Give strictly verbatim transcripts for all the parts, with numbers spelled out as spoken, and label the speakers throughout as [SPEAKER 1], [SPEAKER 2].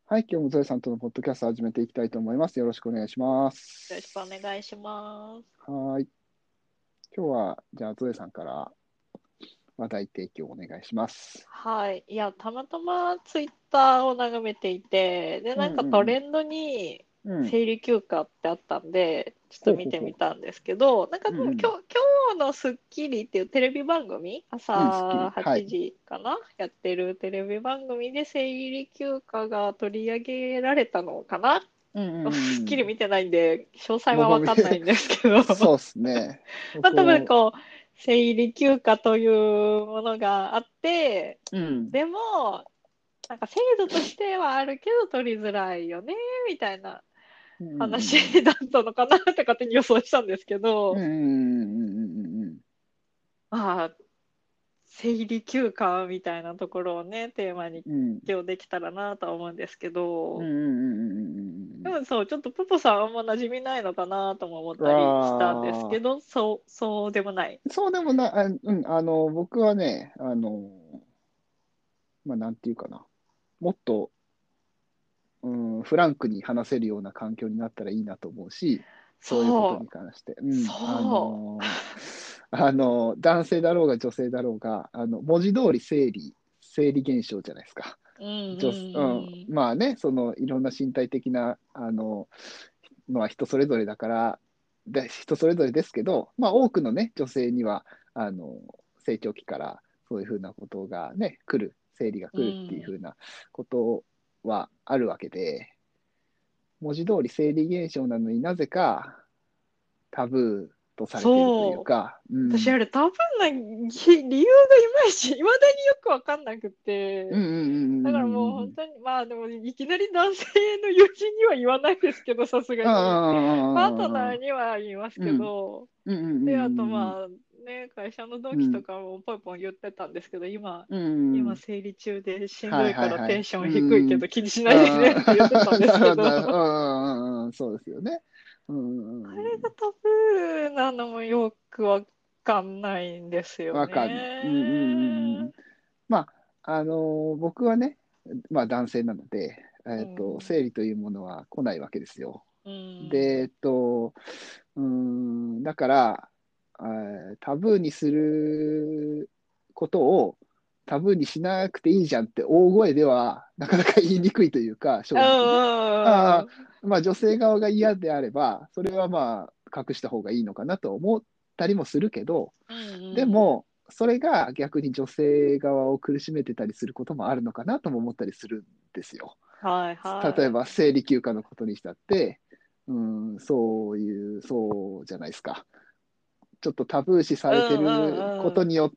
[SPEAKER 1] はい、今日もゾエさんとのポッドキャストを始めていきたいと思います。よろしくお願いしま
[SPEAKER 2] よろしくお
[SPEAKER 1] す。
[SPEAKER 2] 願いします。
[SPEAKER 1] はい。今日は、じゃあ、ゾエさんから話題提供お願いします。
[SPEAKER 2] はい。いや、たまたまツイッターを眺めていて、で、
[SPEAKER 1] うん
[SPEAKER 2] なんか
[SPEAKER 1] うん
[SPEAKER 2] トレンドに
[SPEAKER 1] うん。うん。
[SPEAKER 2] 生理休暇ってあったんで、ちょっと見て
[SPEAKER 1] ほうほうほ
[SPEAKER 2] みたんですけど、なんか
[SPEAKER 1] う。うんうん。
[SPEAKER 2] でも今日、今日のスッキリっていうテレビ番組、朝
[SPEAKER 1] うん、すっきり。はい。
[SPEAKER 2] はちじかなやってるテレビ番組で生理休暇が取り上げられたのかな。
[SPEAKER 1] うんう
[SPEAKER 2] スッ
[SPEAKER 1] んうん。
[SPEAKER 2] キリ見てないんで、詳細は
[SPEAKER 1] 僕も見て、
[SPEAKER 2] わかんないんですけど、
[SPEAKER 1] そうっすね。
[SPEAKER 2] まあ、多分
[SPEAKER 1] 僕も、
[SPEAKER 2] こう、生理休暇というものがあって、
[SPEAKER 1] うん。
[SPEAKER 2] でも、なんか制度としてはあるけど取りづらいよね、みたいな
[SPEAKER 1] うんうん
[SPEAKER 2] 話だったのかなって勝手に予想したんですけど、
[SPEAKER 1] うんうんうんうんうんうん
[SPEAKER 2] まあ、生理休暇みたいなところをね、テーマに
[SPEAKER 1] うんうん
[SPEAKER 2] 今日できたらなとは思うんですけど、
[SPEAKER 1] うんうんうんうん
[SPEAKER 2] でもそう、ちょっとプポさんあんま馴染みないのかなとも思っ
[SPEAKER 1] うん。
[SPEAKER 2] たりしたんです
[SPEAKER 1] ああ、
[SPEAKER 2] けど、そう、そうでもない。
[SPEAKER 1] そうでもない、あ、うん、あの、僕はね、あの、まあ、なんていうかな。もっと、うん、フランクに話せるような環境になったらいいなと思うし、そういうことに
[SPEAKER 2] そう、
[SPEAKER 1] 関して、うん、あ
[SPEAKER 2] そ
[SPEAKER 1] のあの、男性だろうが女性だろうが、あの、文字通り生理、生理現象じゃないですか。
[SPEAKER 2] う。うんう
[SPEAKER 1] 女、うん、
[SPEAKER 2] んうん。
[SPEAKER 1] まあね、その、いろんな身体的な、あの、のは人それぞれだから、で、人それぞれですけど、まあ多くのね、女性には、あの、成長期からそういうふうなことがね、来る、生理が
[SPEAKER 2] う
[SPEAKER 1] 来るっていうふ
[SPEAKER 2] ん。
[SPEAKER 1] うなことはあるわけで、文字通り生理現象なのになぜかタブーとされているという
[SPEAKER 2] そう。
[SPEAKER 1] か、うん、
[SPEAKER 2] 私あれ多分なぎ理由がいまいち、いまだによくわかんなくて。
[SPEAKER 1] うんうんうん
[SPEAKER 2] だから
[SPEAKER 1] うん
[SPEAKER 2] もう
[SPEAKER 1] うんうん。
[SPEAKER 2] 本当に、まあでもいきなり男性の友人には言わないですけど、さすが
[SPEAKER 1] あ
[SPEAKER 2] に。パート
[SPEAKER 1] あ、
[SPEAKER 2] ナーには言いますけ
[SPEAKER 1] うん、
[SPEAKER 2] ど、
[SPEAKER 1] うんうんう
[SPEAKER 2] で、あと
[SPEAKER 1] ん
[SPEAKER 2] まあね、会社の同
[SPEAKER 1] うん、
[SPEAKER 2] 期とかもポイポイ言ってたんですけど、今、
[SPEAKER 1] うん、う
[SPEAKER 2] 今
[SPEAKER 1] ん、
[SPEAKER 2] 生理中でしん
[SPEAKER 1] はい
[SPEAKER 2] どいか
[SPEAKER 1] はいはい、
[SPEAKER 2] らテンショ
[SPEAKER 1] う
[SPEAKER 2] ン低いけ
[SPEAKER 1] ん、
[SPEAKER 2] ど気にしないでね
[SPEAKER 1] あ
[SPEAKER 2] って言ってたん
[SPEAKER 1] あ、
[SPEAKER 2] ですけど、
[SPEAKER 1] なるほど、なるほど、うんうんうん、そうですよね。うんうんうん、
[SPEAKER 2] あれがタブーなのもよくわかんないんですよ
[SPEAKER 1] わかんない。うんうんうんうん。
[SPEAKER 2] ね。
[SPEAKER 1] まあ、あのー僕はね、まあ男性なので、えっと、
[SPEAKER 2] うん。
[SPEAKER 1] 生理というものは来ないわけですよ。
[SPEAKER 2] う
[SPEAKER 1] で、えっ
[SPEAKER 2] ん。
[SPEAKER 1] と、うーん、だから、えータブーにすることをタブーにしなくていいじゃんって大声ではなかなか言いにくいというか、正
[SPEAKER 2] う
[SPEAKER 1] 直ね。あ
[SPEAKER 2] ん。
[SPEAKER 1] あ、まあ女性側が嫌であれば、それはまあ隠した方がいいのかなと思ったりもするけど、
[SPEAKER 2] うん。
[SPEAKER 1] でも、それが逆に女性側を苦しめてたりすることもあるのかなとも思ったりするんですよ。
[SPEAKER 2] はい
[SPEAKER 1] 例え
[SPEAKER 2] はい。
[SPEAKER 1] ば生理休暇のことにしたって、うん、そういう、そうじゃないですか。ちょっとタブー視さ
[SPEAKER 2] う
[SPEAKER 1] れて
[SPEAKER 2] んう
[SPEAKER 1] るこ
[SPEAKER 2] んうん。
[SPEAKER 1] とによって、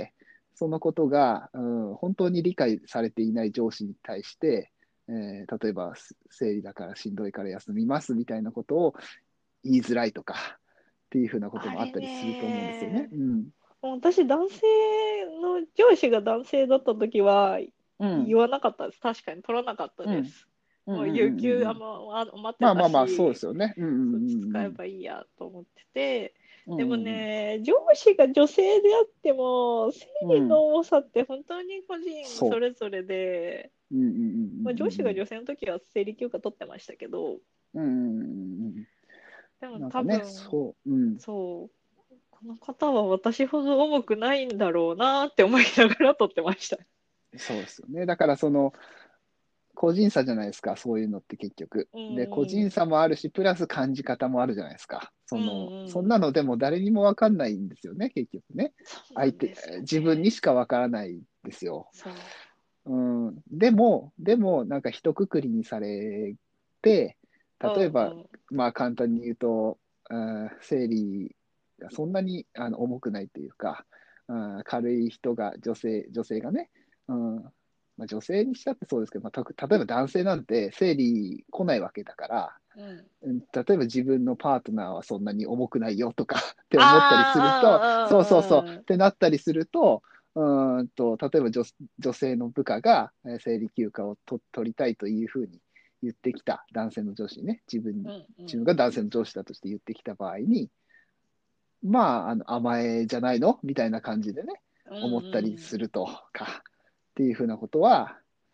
[SPEAKER 1] そのことが、うん、本当に理解されていない上司に対して、えー例えば生理だからしんどいから休みますみたいなことを言いづらいとかっていうふうなこと
[SPEAKER 2] あれ
[SPEAKER 1] もあったりすると思うんですよね。
[SPEAKER 2] ね。
[SPEAKER 1] うん。
[SPEAKER 2] もう私、男性の上司が男性だった時は
[SPEAKER 1] うん。
[SPEAKER 2] 言わなかったです。確かに取らなかった
[SPEAKER 1] うん。
[SPEAKER 2] です。もう
[SPEAKER 1] うんうん
[SPEAKER 2] 有給あん
[SPEAKER 1] うんうん。
[SPEAKER 2] まあ待ってた
[SPEAKER 1] まあまあまあ、そうで
[SPEAKER 2] し、
[SPEAKER 1] すよね。うんうん
[SPEAKER 2] そっち
[SPEAKER 1] うんうん。
[SPEAKER 2] 使えばいいやと思ってて、でも
[SPEAKER 1] うんうんうん。
[SPEAKER 2] ね、上司が女性であっても、生理の
[SPEAKER 1] うん。
[SPEAKER 2] 重さって本当に個人そ
[SPEAKER 1] そ
[SPEAKER 2] れぞれで、
[SPEAKER 1] う。うんうん
[SPEAKER 2] まあ、上司が
[SPEAKER 1] うん
[SPEAKER 2] 女性の時は生理休暇取ってましたけど、
[SPEAKER 1] うんうん。うんうんうん
[SPEAKER 2] でも多
[SPEAKER 1] なんかね、
[SPEAKER 2] 分、
[SPEAKER 1] そう。うん。
[SPEAKER 2] そう、この方は私ほど重くないんだろうなって思いながら取ってました。
[SPEAKER 1] そうですよね。だからその、個人差じゃないですか、そういうのって結局。
[SPEAKER 2] う
[SPEAKER 1] で、個人
[SPEAKER 2] ん、
[SPEAKER 1] 差もあるし、プラス感じ方もあるじゃないですか。
[SPEAKER 2] うん、
[SPEAKER 1] その、そん
[SPEAKER 2] うん。
[SPEAKER 1] なのでも誰にもわかんないんですよね、結局ね。
[SPEAKER 2] そうな
[SPEAKER 1] 相手、
[SPEAKER 2] んですよ
[SPEAKER 1] 自分にし
[SPEAKER 2] ね。
[SPEAKER 1] かわからないですよ。
[SPEAKER 2] そ
[SPEAKER 1] うん、でも、でも、なんか一括りにされて、
[SPEAKER 2] う。う
[SPEAKER 1] 例えば、
[SPEAKER 2] ん、うん。
[SPEAKER 1] まあ簡単に言うと、あー生理がそんなにあの重くないというか、あー軽い人が、女性、女性がね、うんまあ、女性にしちゃってそうですけど、まあ、た例えば男性なんて生理来ないわけだから、
[SPEAKER 2] うん。
[SPEAKER 1] うん例えば自分のパートナーはそんなに重くないよとかって思ったりすると、そうそうそう
[SPEAKER 2] ああ、
[SPEAKER 1] ってなったりすると、うーんと例えば女女性の部下がえー生理休暇をと取りたいというふうに言ってきた男性の上司にね、自分に、
[SPEAKER 2] うん、うん。
[SPEAKER 1] 自分が男性の上司だとして言ってきた場合に、まあ、あの甘えじゃないのみたいな感じでね、
[SPEAKER 2] うん、
[SPEAKER 1] 思ったり
[SPEAKER 2] うん。
[SPEAKER 1] するとかっていうふうなことは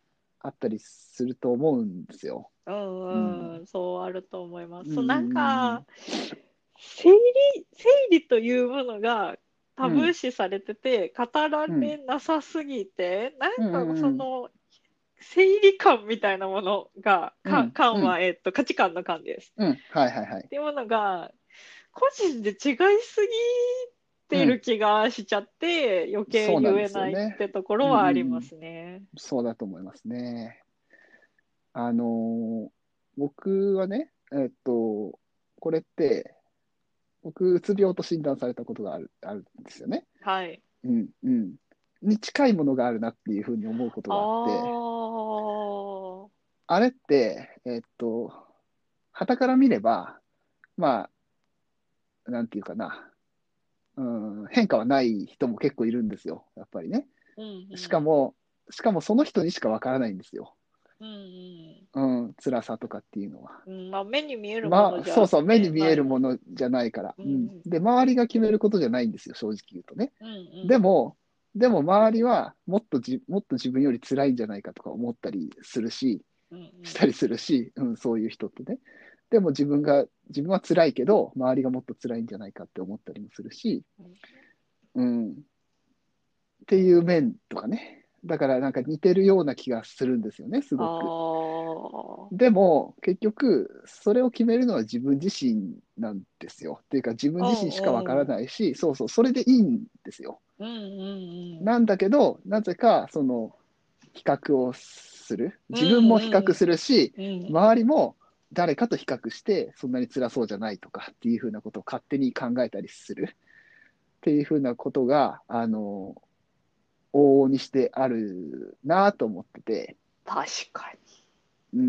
[SPEAKER 1] あったりすると思うんですよ。
[SPEAKER 2] う
[SPEAKER 1] うん。
[SPEAKER 2] んうん、そうあると思います。
[SPEAKER 1] うんう
[SPEAKER 2] そう、なん
[SPEAKER 1] ん
[SPEAKER 2] か、生理、生理というものがタ
[SPEAKER 1] うんうん。
[SPEAKER 2] ブー視されてて、語ら
[SPEAKER 1] うん。
[SPEAKER 2] れなさすぎて、な
[SPEAKER 1] うんう
[SPEAKER 2] んか
[SPEAKER 1] んうん。
[SPEAKER 2] その、生理観みたいなものが、か、
[SPEAKER 1] うんうん。
[SPEAKER 2] 観は、えっと、価値観の観です。
[SPEAKER 1] うん。はいはいはい。
[SPEAKER 2] っていうものが、個人で違いすぎてる
[SPEAKER 1] うん。
[SPEAKER 2] 気がしちゃって、余計
[SPEAKER 1] そうなんで
[SPEAKER 2] 言えないっ
[SPEAKER 1] すよね。
[SPEAKER 2] てところ
[SPEAKER 1] うんうん
[SPEAKER 2] はありま
[SPEAKER 1] うん。
[SPEAKER 2] すね。
[SPEAKER 1] そうだと思いますね。あのー僕はね、えっと、これって、僕、うつ病と診断されたことがある、あるんですよね。
[SPEAKER 2] はい。
[SPEAKER 1] うんうん。に近いものがあるなっていうふうに思うこと
[SPEAKER 2] あ
[SPEAKER 1] があって、
[SPEAKER 2] あ、
[SPEAKER 1] あれって、えっと、傍から見れば、まあ、なんていうかな、うん、変化はない人も結構いるんですよ、やっぱりね。
[SPEAKER 2] うん
[SPEAKER 1] しかも、しかもその人にしかわからないんですよ。
[SPEAKER 2] うんうん
[SPEAKER 1] うん、辛さとかっていうのは。
[SPEAKER 2] うん。まあ、目に見えるも
[SPEAKER 1] まあ、
[SPEAKER 2] のじゃ
[SPEAKER 1] そうそう、目に
[SPEAKER 2] ね、
[SPEAKER 1] 見えるも
[SPEAKER 2] ないもん。
[SPEAKER 1] のじゃないから。うん。
[SPEAKER 2] うん
[SPEAKER 1] で、周りが決めることじゃないんですよ、正直言うとね。
[SPEAKER 2] うんうん
[SPEAKER 1] でも、でも周りはもっとじ、もっと自分より辛いんじゃないかとか思ったりするし、
[SPEAKER 2] うんうん
[SPEAKER 1] したりするし、うん、そういう人ってね。でも自分が、自分は辛いけど、周りがもっと辛いんじゃないかって思ったりもするし、
[SPEAKER 2] うん。
[SPEAKER 1] うん、っていう面とかね。だからなんか似てるような気がするんですよね、す
[SPEAKER 2] あ
[SPEAKER 1] ごく。
[SPEAKER 2] あ、
[SPEAKER 1] でも、結局、それを決めるのは自分自身なんですよ。っていうか、自分
[SPEAKER 2] う
[SPEAKER 1] 自身しかわから
[SPEAKER 2] んうん
[SPEAKER 1] ないし、そうそう、それでいいんですよ。
[SPEAKER 2] うんうん
[SPEAKER 1] なんだけど、なぜか、その、比較をする。
[SPEAKER 2] う
[SPEAKER 1] 自分も比較
[SPEAKER 2] ん
[SPEAKER 1] するし、
[SPEAKER 2] うんうん
[SPEAKER 1] 周りも誰かと比較して、そんなに辛そうじゃないとかっていうふうなことを勝手に考えたりするっていうふうなことが、あの、往々にしてあるなと思ってて、
[SPEAKER 2] 確か
[SPEAKER 1] うん。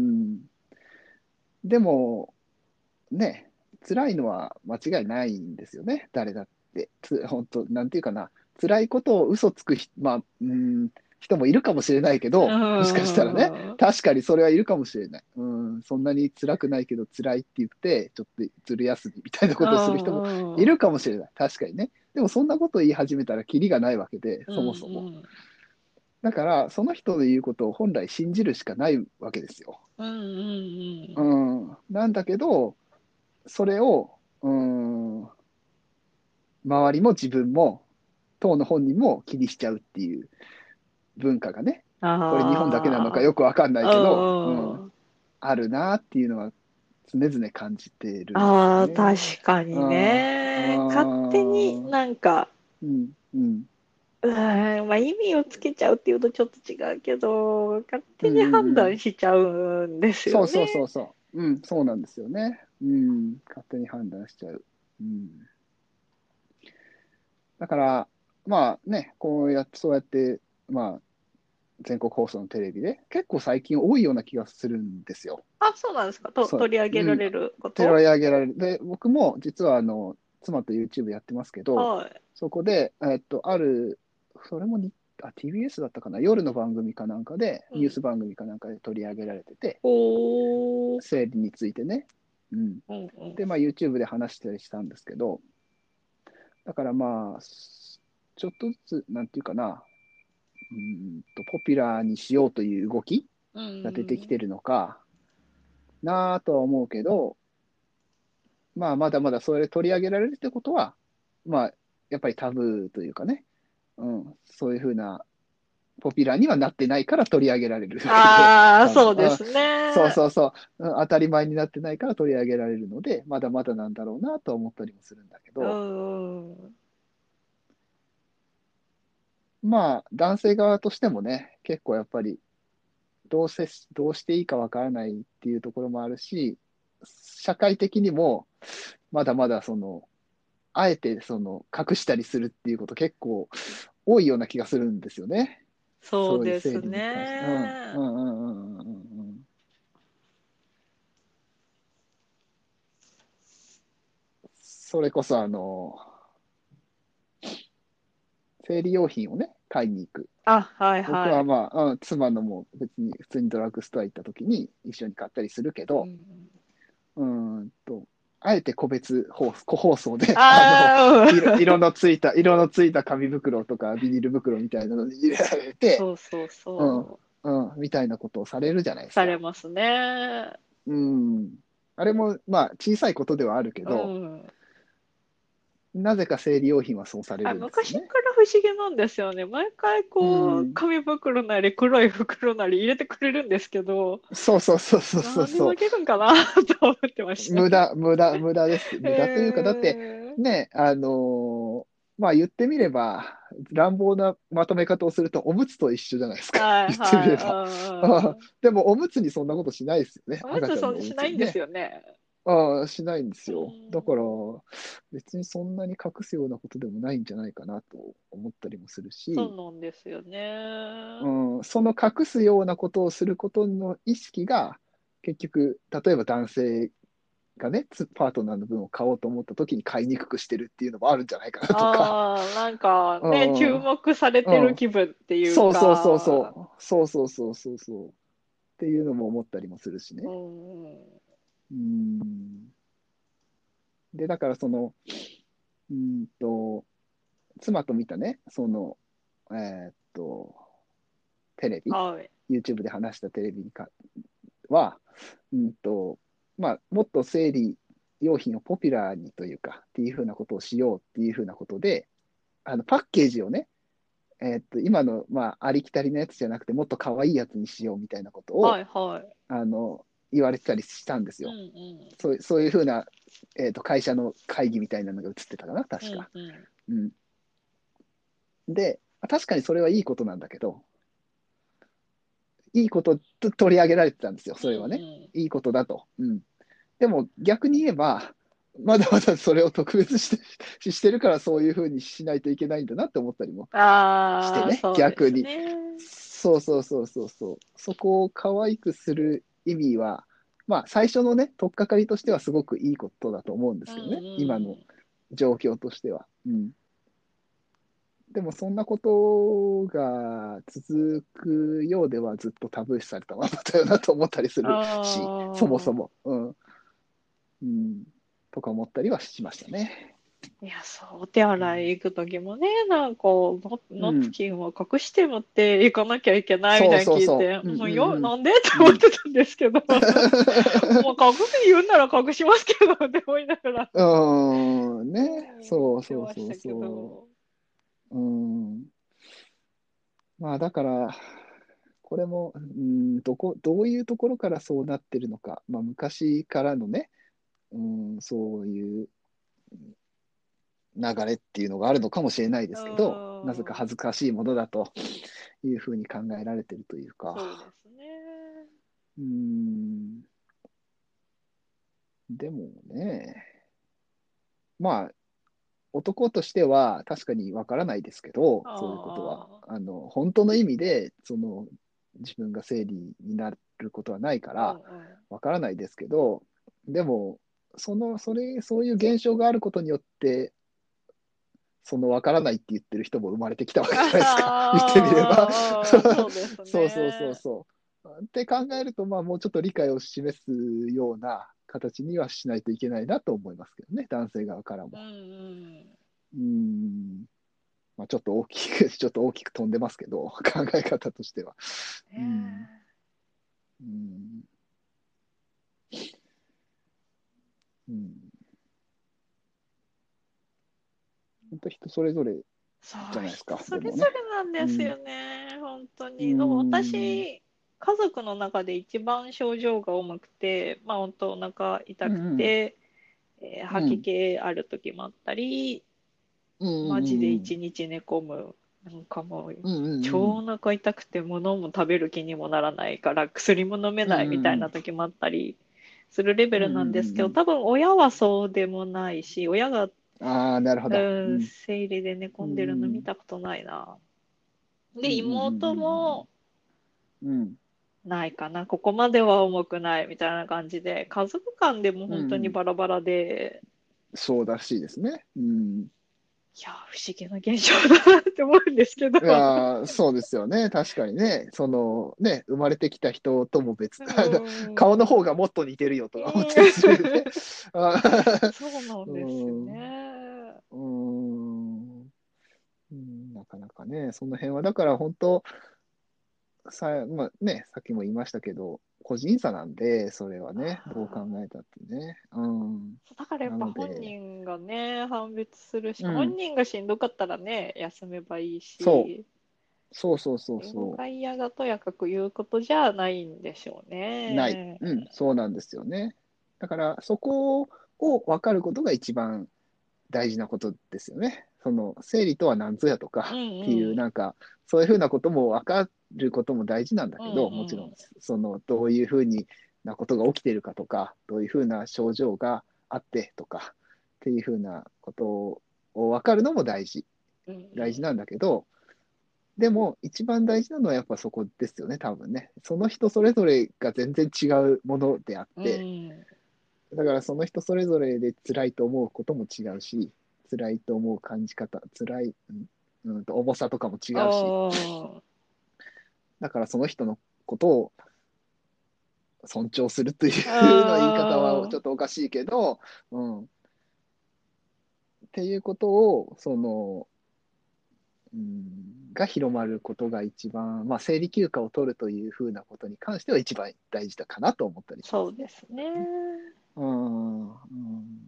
[SPEAKER 1] でも、ね、辛いのは間違いないんですよね、誰だって。つ本当、なんていうかな、辛いことを嘘つくひ、まあ、うん、人もいるかもしれないけ
[SPEAKER 2] に。う
[SPEAKER 1] ど、もしかしたらね、
[SPEAKER 2] ん。
[SPEAKER 1] 確かにそれはいるかもしれない。うん、そんなに辛くないけど、辛いって言って、ちょっとずる休みみたいな
[SPEAKER 2] う
[SPEAKER 1] ことをする人もい
[SPEAKER 2] ん。
[SPEAKER 1] るかもしれない。確かにね。でも、そんなことを言い始めたら、キリがないわけで、
[SPEAKER 2] うん
[SPEAKER 1] そもそも。
[SPEAKER 2] うん。
[SPEAKER 1] だから、その人の言うことを本来信じるしかないわけですよ。
[SPEAKER 2] うんうん
[SPEAKER 1] うん、なんだけど、それを、うん、周りも自分も、当の本人も気にしちゃうっていう文化がね、これ日本だけなのか
[SPEAKER 2] あ
[SPEAKER 1] よくわかんな
[SPEAKER 2] あ、
[SPEAKER 1] いけど、う
[SPEAKER 2] うん。
[SPEAKER 1] ん、あるなっていうのは常々感じてるんですよ
[SPEAKER 2] ああ、
[SPEAKER 1] ね。
[SPEAKER 2] 確かに
[SPEAKER 1] あー
[SPEAKER 2] ね。勝手に
[SPEAKER 1] あー、
[SPEAKER 2] なんか、
[SPEAKER 1] うん、うん、
[SPEAKER 2] うーん、まあ意味をつけちゃうっていうとちょっと違うけど、勝
[SPEAKER 1] うん、
[SPEAKER 2] 手に
[SPEAKER 1] うん、うん。
[SPEAKER 2] 判断しちゃうんですよね。
[SPEAKER 1] そうそうそうそう。うん、そうなんですよね。うん、勝手に判断しちゃう。うん、だから、まあね、こうやって、そうやって、まあ、全国放送のテレビで、結構最近多いような気がするんですよ。
[SPEAKER 2] あ、そうなんですか。と、
[SPEAKER 1] そう、
[SPEAKER 2] 取り上げ
[SPEAKER 1] うん、
[SPEAKER 2] られるこ
[SPEAKER 1] 手を
[SPEAKER 2] と。
[SPEAKER 1] 上げられる。で、僕も実はあの、妻と YouTube やってますけど、
[SPEAKER 2] はい。
[SPEAKER 1] そこで、えっと、ある、それもにあ ティービーエス だったかな、夜の番組かなんかで、
[SPEAKER 2] うん。
[SPEAKER 1] ニュース番組かなんかで取り上げられてて、
[SPEAKER 2] おー。
[SPEAKER 1] 生理についてね。うん。
[SPEAKER 2] うんうん。
[SPEAKER 1] で、まあ YouTube で話したりしたんですけど、だからまあ、ちょっとずつ、なんていうかな、うんと、ポピュラーにしようという動き
[SPEAKER 2] う
[SPEAKER 1] が出てき
[SPEAKER 2] ん。
[SPEAKER 1] てるのかなとは思うけど、まあ、まだまだそれ取り上げられるってことは、まあ、やっぱりタブーというかね、うん、そういうふうな、ポピュラーにはなってないから取り上げられるわけで、
[SPEAKER 2] ああ、
[SPEAKER 1] 多分、うん、
[SPEAKER 2] そうですね。
[SPEAKER 1] そうそうそう、うん、当たり前になってないから取り上げられるので、まだまだなんだろうなとは思ったりもするんだけ
[SPEAKER 2] う
[SPEAKER 1] ど、
[SPEAKER 2] ん。
[SPEAKER 1] まあ、男性側としてもね、結構やっぱり、どうせ、どうしていいかわからないっていうところもあるし、社会的にも、まだまだその、あえてその隠したりするっていうこと結構多いような気がするんですよね。そういう生
[SPEAKER 2] そうです
[SPEAKER 1] 理に関して。うん、うん、
[SPEAKER 2] ね。
[SPEAKER 1] うん、うん、うんうん。それこそあの、生理用品をね、買いに行く。
[SPEAKER 2] あ、はい
[SPEAKER 1] 僕
[SPEAKER 2] はい。
[SPEAKER 1] はまあ、うん、妻のも別に普通にドラッグストア行った時に一緒に買ったりするけど、
[SPEAKER 2] うん。
[SPEAKER 1] うーんと、あえて個別放送、個包装で、あの、
[SPEAKER 2] あ
[SPEAKER 1] 色、
[SPEAKER 2] あ、
[SPEAKER 1] 色のついた、色のついた紙袋とかビニール袋みたいなのに入れられて、
[SPEAKER 2] そうそう
[SPEAKER 1] うん、うん、
[SPEAKER 2] そ
[SPEAKER 1] ーみたいなことをされるじゃないですか。
[SPEAKER 2] されますね。
[SPEAKER 1] うん。あれも、まあ、小さいことではあるけ
[SPEAKER 2] う
[SPEAKER 1] ど、
[SPEAKER 2] ん。
[SPEAKER 1] なぜか生理用品はそうされ
[SPEAKER 2] あ、
[SPEAKER 1] るんですよ
[SPEAKER 2] 昔か
[SPEAKER 1] ね。
[SPEAKER 2] ら不思議なんですよね。毎回
[SPEAKER 1] う
[SPEAKER 2] こう、
[SPEAKER 1] ん。
[SPEAKER 2] 紙袋なり黒い袋なり入れてくれるんですけど、
[SPEAKER 1] そうそうそうそうそうそ
[SPEAKER 2] 何に分けるんかなと思ってまし
[SPEAKER 1] う。
[SPEAKER 2] た。
[SPEAKER 1] 無駄、無駄、無駄です。無駄というか、だって、
[SPEAKER 2] えー、
[SPEAKER 1] ね、あのーまあ言ってみれば、乱暴なまとめ方をすると、おむつと一緒じゃないですか。
[SPEAKER 2] はい
[SPEAKER 1] 言ってみれば。あ
[SPEAKER 2] はい。うんうん。
[SPEAKER 1] でも、おむつにそんなことしないですよね。
[SPEAKER 2] おむつそん
[SPEAKER 1] 赤ちゃんのお
[SPEAKER 2] しないんです
[SPEAKER 1] むつにね。
[SPEAKER 2] よね。
[SPEAKER 1] ああ、しないんです
[SPEAKER 2] う
[SPEAKER 1] よ。だから、
[SPEAKER 2] ん。
[SPEAKER 1] 別にそんなに隠すようなことでもないんじゃないかなと思ったりもするし、
[SPEAKER 2] そうなんですよね。
[SPEAKER 1] うん、その隠すようなことをすることの意識が、結局、例えば男性がね、つパートナーの分を買おうと思った時に買いにくくしてるっていうのもあるんじゃないかなとか、
[SPEAKER 2] ああ、なんか
[SPEAKER 1] う
[SPEAKER 2] ね、注
[SPEAKER 1] ん、う
[SPEAKER 2] 目されてる
[SPEAKER 1] ん、
[SPEAKER 2] 気分っていう
[SPEAKER 1] そうそうそう
[SPEAKER 2] か、
[SPEAKER 1] そう、そうそうそうそうそう、っていうのも思ったりもするし
[SPEAKER 2] う
[SPEAKER 1] ね。
[SPEAKER 2] ん。
[SPEAKER 1] うん。で、だからその、うんと、妻と見たね、その、えーっと、テレビ、
[SPEAKER 2] はい。
[SPEAKER 1] YouTube で話したテレビにかは、うんと、まあ、もっと生理用品をポピュラーにというか、っていうふうなことをしようっていうふうなことで、あのパッケージをね、えーっと、今の、まあ、ありきたりのやつじゃなくて、もっと可愛いやつにしようみたいなことを、
[SPEAKER 2] はいはい。
[SPEAKER 1] あの、言われてたりしたんです
[SPEAKER 2] うん
[SPEAKER 1] よ。
[SPEAKER 2] う
[SPEAKER 1] そうそういうふうな、えーっと、会社の会議みたいなのが映ってたかな、
[SPEAKER 2] ん。う
[SPEAKER 1] 確か。
[SPEAKER 2] んうん。
[SPEAKER 1] うん。で、確かにそれはいいことなんだけど、いいことと取り上げられてたんですよ、
[SPEAKER 2] うん
[SPEAKER 1] それはね。
[SPEAKER 2] うん。
[SPEAKER 1] いいことだと。うん。でも逆に言えば、まだまだそれを特別してしてるからそういうふうにしないといけないんだなって思ったりもして
[SPEAKER 2] ああ、
[SPEAKER 1] ね、
[SPEAKER 2] そうで
[SPEAKER 1] 逆に。
[SPEAKER 2] すね。
[SPEAKER 1] そうそうそうそうそう。そこを可愛くする意味は、まあ最初のね、取っかかりとしてはすごくいいことだと思うんで
[SPEAKER 2] うん
[SPEAKER 1] すけどね、今の
[SPEAKER 2] うん。
[SPEAKER 1] 状況としては。うん。でもそんなことが続くようではずっとタブー視されたままだよなと思ったりするし、そもそ
[SPEAKER 2] ああ。
[SPEAKER 1] も。うん。うん、とか思ったりはしましたね。
[SPEAKER 2] いや、そう、お手洗い行くときもね、なんか、ノ
[SPEAKER 1] うん。
[SPEAKER 2] ノプキンを隠して持っていかなきゃいけないみ
[SPEAKER 1] そう
[SPEAKER 2] たいに聞い
[SPEAKER 1] そうそ
[SPEAKER 2] て、
[SPEAKER 1] う。うんう
[SPEAKER 2] もうよ、
[SPEAKER 1] ん
[SPEAKER 2] なんでって
[SPEAKER 1] うん。うん。
[SPEAKER 2] 思ってたんですけど、もう隠す言うんなら隠しますけど、って思いながら、
[SPEAKER 1] うーん、
[SPEAKER 2] う
[SPEAKER 1] ね。
[SPEAKER 2] ん、言っ
[SPEAKER 1] そう
[SPEAKER 2] て
[SPEAKER 1] そうそう
[SPEAKER 2] ましたけ
[SPEAKER 1] そ
[SPEAKER 2] ど。
[SPEAKER 1] う。うん。まあだから、これも、うん、どこ、どういうところからそうなってるのか。まあ昔からのね、うん、そういう流れっていうのがあるのかもしれないで
[SPEAKER 2] う
[SPEAKER 1] すけど、なぜか
[SPEAKER 2] ん、
[SPEAKER 1] 恥ずかしいものだというふうに考えられてるというか。
[SPEAKER 2] そうですね。
[SPEAKER 1] うん。でもね、まあ、男としては確かにわからないですけど、そういうことは。
[SPEAKER 2] あ
[SPEAKER 1] あの、本当の意味で、その、自分が生理になることはないか
[SPEAKER 2] あ、う
[SPEAKER 1] ら、
[SPEAKER 2] んうん。
[SPEAKER 1] わからないですけど、でも、その、それ、そういう現象があることによって、そのわからないって言ってる人も生まれてきたわけじゃないですか。言ってみれば。
[SPEAKER 2] ああ、そうです
[SPEAKER 1] そうそうそう
[SPEAKER 2] ね。
[SPEAKER 1] そう。って考えると、まあ、もうちょっと理解を示すような形にはしないといけないなと思いますけどね、男性側からも。
[SPEAKER 2] うんうん。
[SPEAKER 1] うーん。まあ、ちょっと大きく、ちょっと大きく飛んでますけど、考え方としては。
[SPEAKER 2] ね
[SPEAKER 1] うん。
[SPEAKER 2] え。
[SPEAKER 1] うん。うん。本当人それぞれ
[SPEAKER 2] そう、
[SPEAKER 1] じゃないですか、
[SPEAKER 2] 人そ
[SPEAKER 1] でもね。
[SPEAKER 2] れぞれなん
[SPEAKER 1] うん。
[SPEAKER 2] ですよね、本当
[SPEAKER 1] う
[SPEAKER 2] に。でも
[SPEAKER 1] ん。
[SPEAKER 2] 私、家族の中で一番症状が重くて、まあ本当お腹痛く
[SPEAKER 1] うん。
[SPEAKER 2] て、えー吐き
[SPEAKER 1] うん。
[SPEAKER 2] 気ある時もあったり、
[SPEAKER 1] うん。
[SPEAKER 2] マジで
[SPEAKER 1] うん。
[SPEAKER 2] 一日寝込む。なんかもう、
[SPEAKER 1] うん。うん。
[SPEAKER 2] 超お腹痛くて物も食べる気にもならないから薬も飲め
[SPEAKER 1] うん。
[SPEAKER 2] ないみたい
[SPEAKER 1] うん。
[SPEAKER 2] な時もあったりするレベ
[SPEAKER 1] うん。
[SPEAKER 2] ルなんですけど、
[SPEAKER 1] うん。
[SPEAKER 2] 多分親はそうでもないし、親が、
[SPEAKER 1] ああ、なるほど。
[SPEAKER 2] うん、
[SPEAKER 1] うん。
[SPEAKER 2] 生理で寝
[SPEAKER 1] う
[SPEAKER 2] 込んでるの見
[SPEAKER 1] ん。
[SPEAKER 2] たことないな。
[SPEAKER 1] うん。
[SPEAKER 2] で、
[SPEAKER 1] うん。
[SPEAKER 2] 妹も
[SPEAKER 1] うん。
[SPEAKER 2] ないかな、ここまでは重くないみたいな感じで、家族間でも
[SPEAKER 1] うん。
[SPEAKER 2] 本当に
[SPEAKER 1] うん。
[SPEAKER 2] バラバラで、
[SPEAKER 1] そうらしいですね。うん。
[SPEAKER 2] いや、不思議な現象だなって思うんですけど。
[SPEAKER 1] いやー、そうですよね。確かにね。そのね、生まれてきた人とも別、
[SPEAKER 2] う
[SPEAKER 1] 顔の
[SPEAKER 2] ーん。
[SPEAKER 1] 方がもっと似てるよと
[SPEAKER 2] う
[SPEAKER 1] か思ったりするよね。
[SPEAKER 2] ーん。
[SPEAKER 1] あー
[SPEAKER 2] そうなん
[SPEAKER 1] う
[SPEAKER 2] ですよ
[SPEAKER 1] ん、う
[SPEAKER 2] ね。
[SPEAKER 1] ーん、うんなかなかね、その辺は、だから本当、 さ、まあね、さっきも言いましたけど、個人差なんで、それはね、どう考
[SPEAKER 2] あ
[SPEAKER 1] えたってね。うん。
[SPEAKER 2] ーだからやっ
[SPEAKER 1] な
[SPEAKER 2] ぱ本
[SPEAKER 1] ので、
[SPEAKER 2] 人がね、判別するしか、本
[SPEAKER 1] うん。
[SPEAKER 2] 人がしんどかったらね、休めばいい
[SPEAKER 1] そう。
[SPEAKER 2] し、
[SPEAKER 1] そうそうそう
[SPEAKER 2] 英語
[SPEAKER 1] そ
[SPEAKER 2] が嫌がとやかく言うことじゃないんでしょう
[SPEAKER 1] う。ない。
[SPEAKER 2] ね。
[SPEAKER 1] うん、そうなんですよね。だから、そこを分かることが一番大事なことですよね。その、生理とは何ぞやと
[SPEAKER 2] うん
[SPEAKER 1] かっていう、
[SPEAKER 2] うん。
[SPEAKER 1] なんか、そういうふうなことも分かることも大事なんだ
[SPEAKER 2] うん
[SPEAKER 1] けど、もちろん、
[SPEAKER 2] うん。
[SPEAKER 1] その、どういうふうになことが起きているかとか、どういうふうな症状があってとか、っていうふうなことを分かるのも大事。
[SPEAKER 2] うんうん。
[SPEAKER 1] 大事なんだけど、でも、一番大事なのはやっぱそこですよね、多分ね。その人それぞれが全然違うものであっ
[SPEAKER 2] う
[SPEAKER 1] て、
[SPEAKER 2] ん。
[SPEAKER 1] だからその人それぞれで辛いと思うことも違うし、辛いと思う感じ方、辛い、うん、うんと重さとかも違
[SPEAKER 2] あ
[SPEAKER 1] うし、
[SPEAKER 2] あ、
[SPEAKER 1] だからその人のことを尊重するというの言い方はち
[SPEAKER 2] ああ、
[SPEAKER 1] ょっとおかしいけど、うん、っていうことを、その、うん、が広まることが一番、まあ、生理休暇を取るというふうなことに関しては一番大事だかなと思ったりしますね。
[SPEAKER 2] そうですね。
[SPEAKER 1] うん、うん、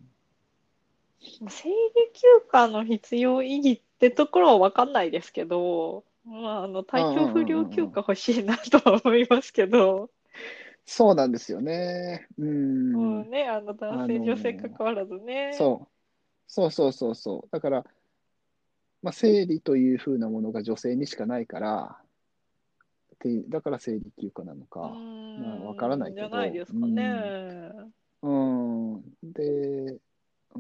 [SPEAKER 2] 生理休暇の必要意義ってところは分かんないですけど、まあ、あの
[SPEAKER 1] うん、う
[SPEAKER 2] 体調不
[SPEAKER 1] ん、うん、うん。
[SPEAKER 2] 良休暇欲しいなとは思いますけど、
[SPEAKER 1] そうなんですよね。うん。
[SPEAKER 2] もうね、あの男
[SPEAKER 1] あ
[SPEAKER 2] 性、女性関
[SPEAKER 1] の、
[SPEAKER 2] わらずね。
[SPEAKER 1] そう。そうそうそうそう。だから、まあ、生理というふうなものが女性にしかないから、てだから生理休暇なの
[SPEAKER 2] う
[SPEAKER 1] か、まあ、わからな
[SPEAKER 2] ーん、じゃない
[SPEAKER 1] いけど、
[SPEAKER 2] ですか
[SPEAKER 1] うん。
[SPEAKER 2] ね。
[SPEAKER 1] うん。で、うん。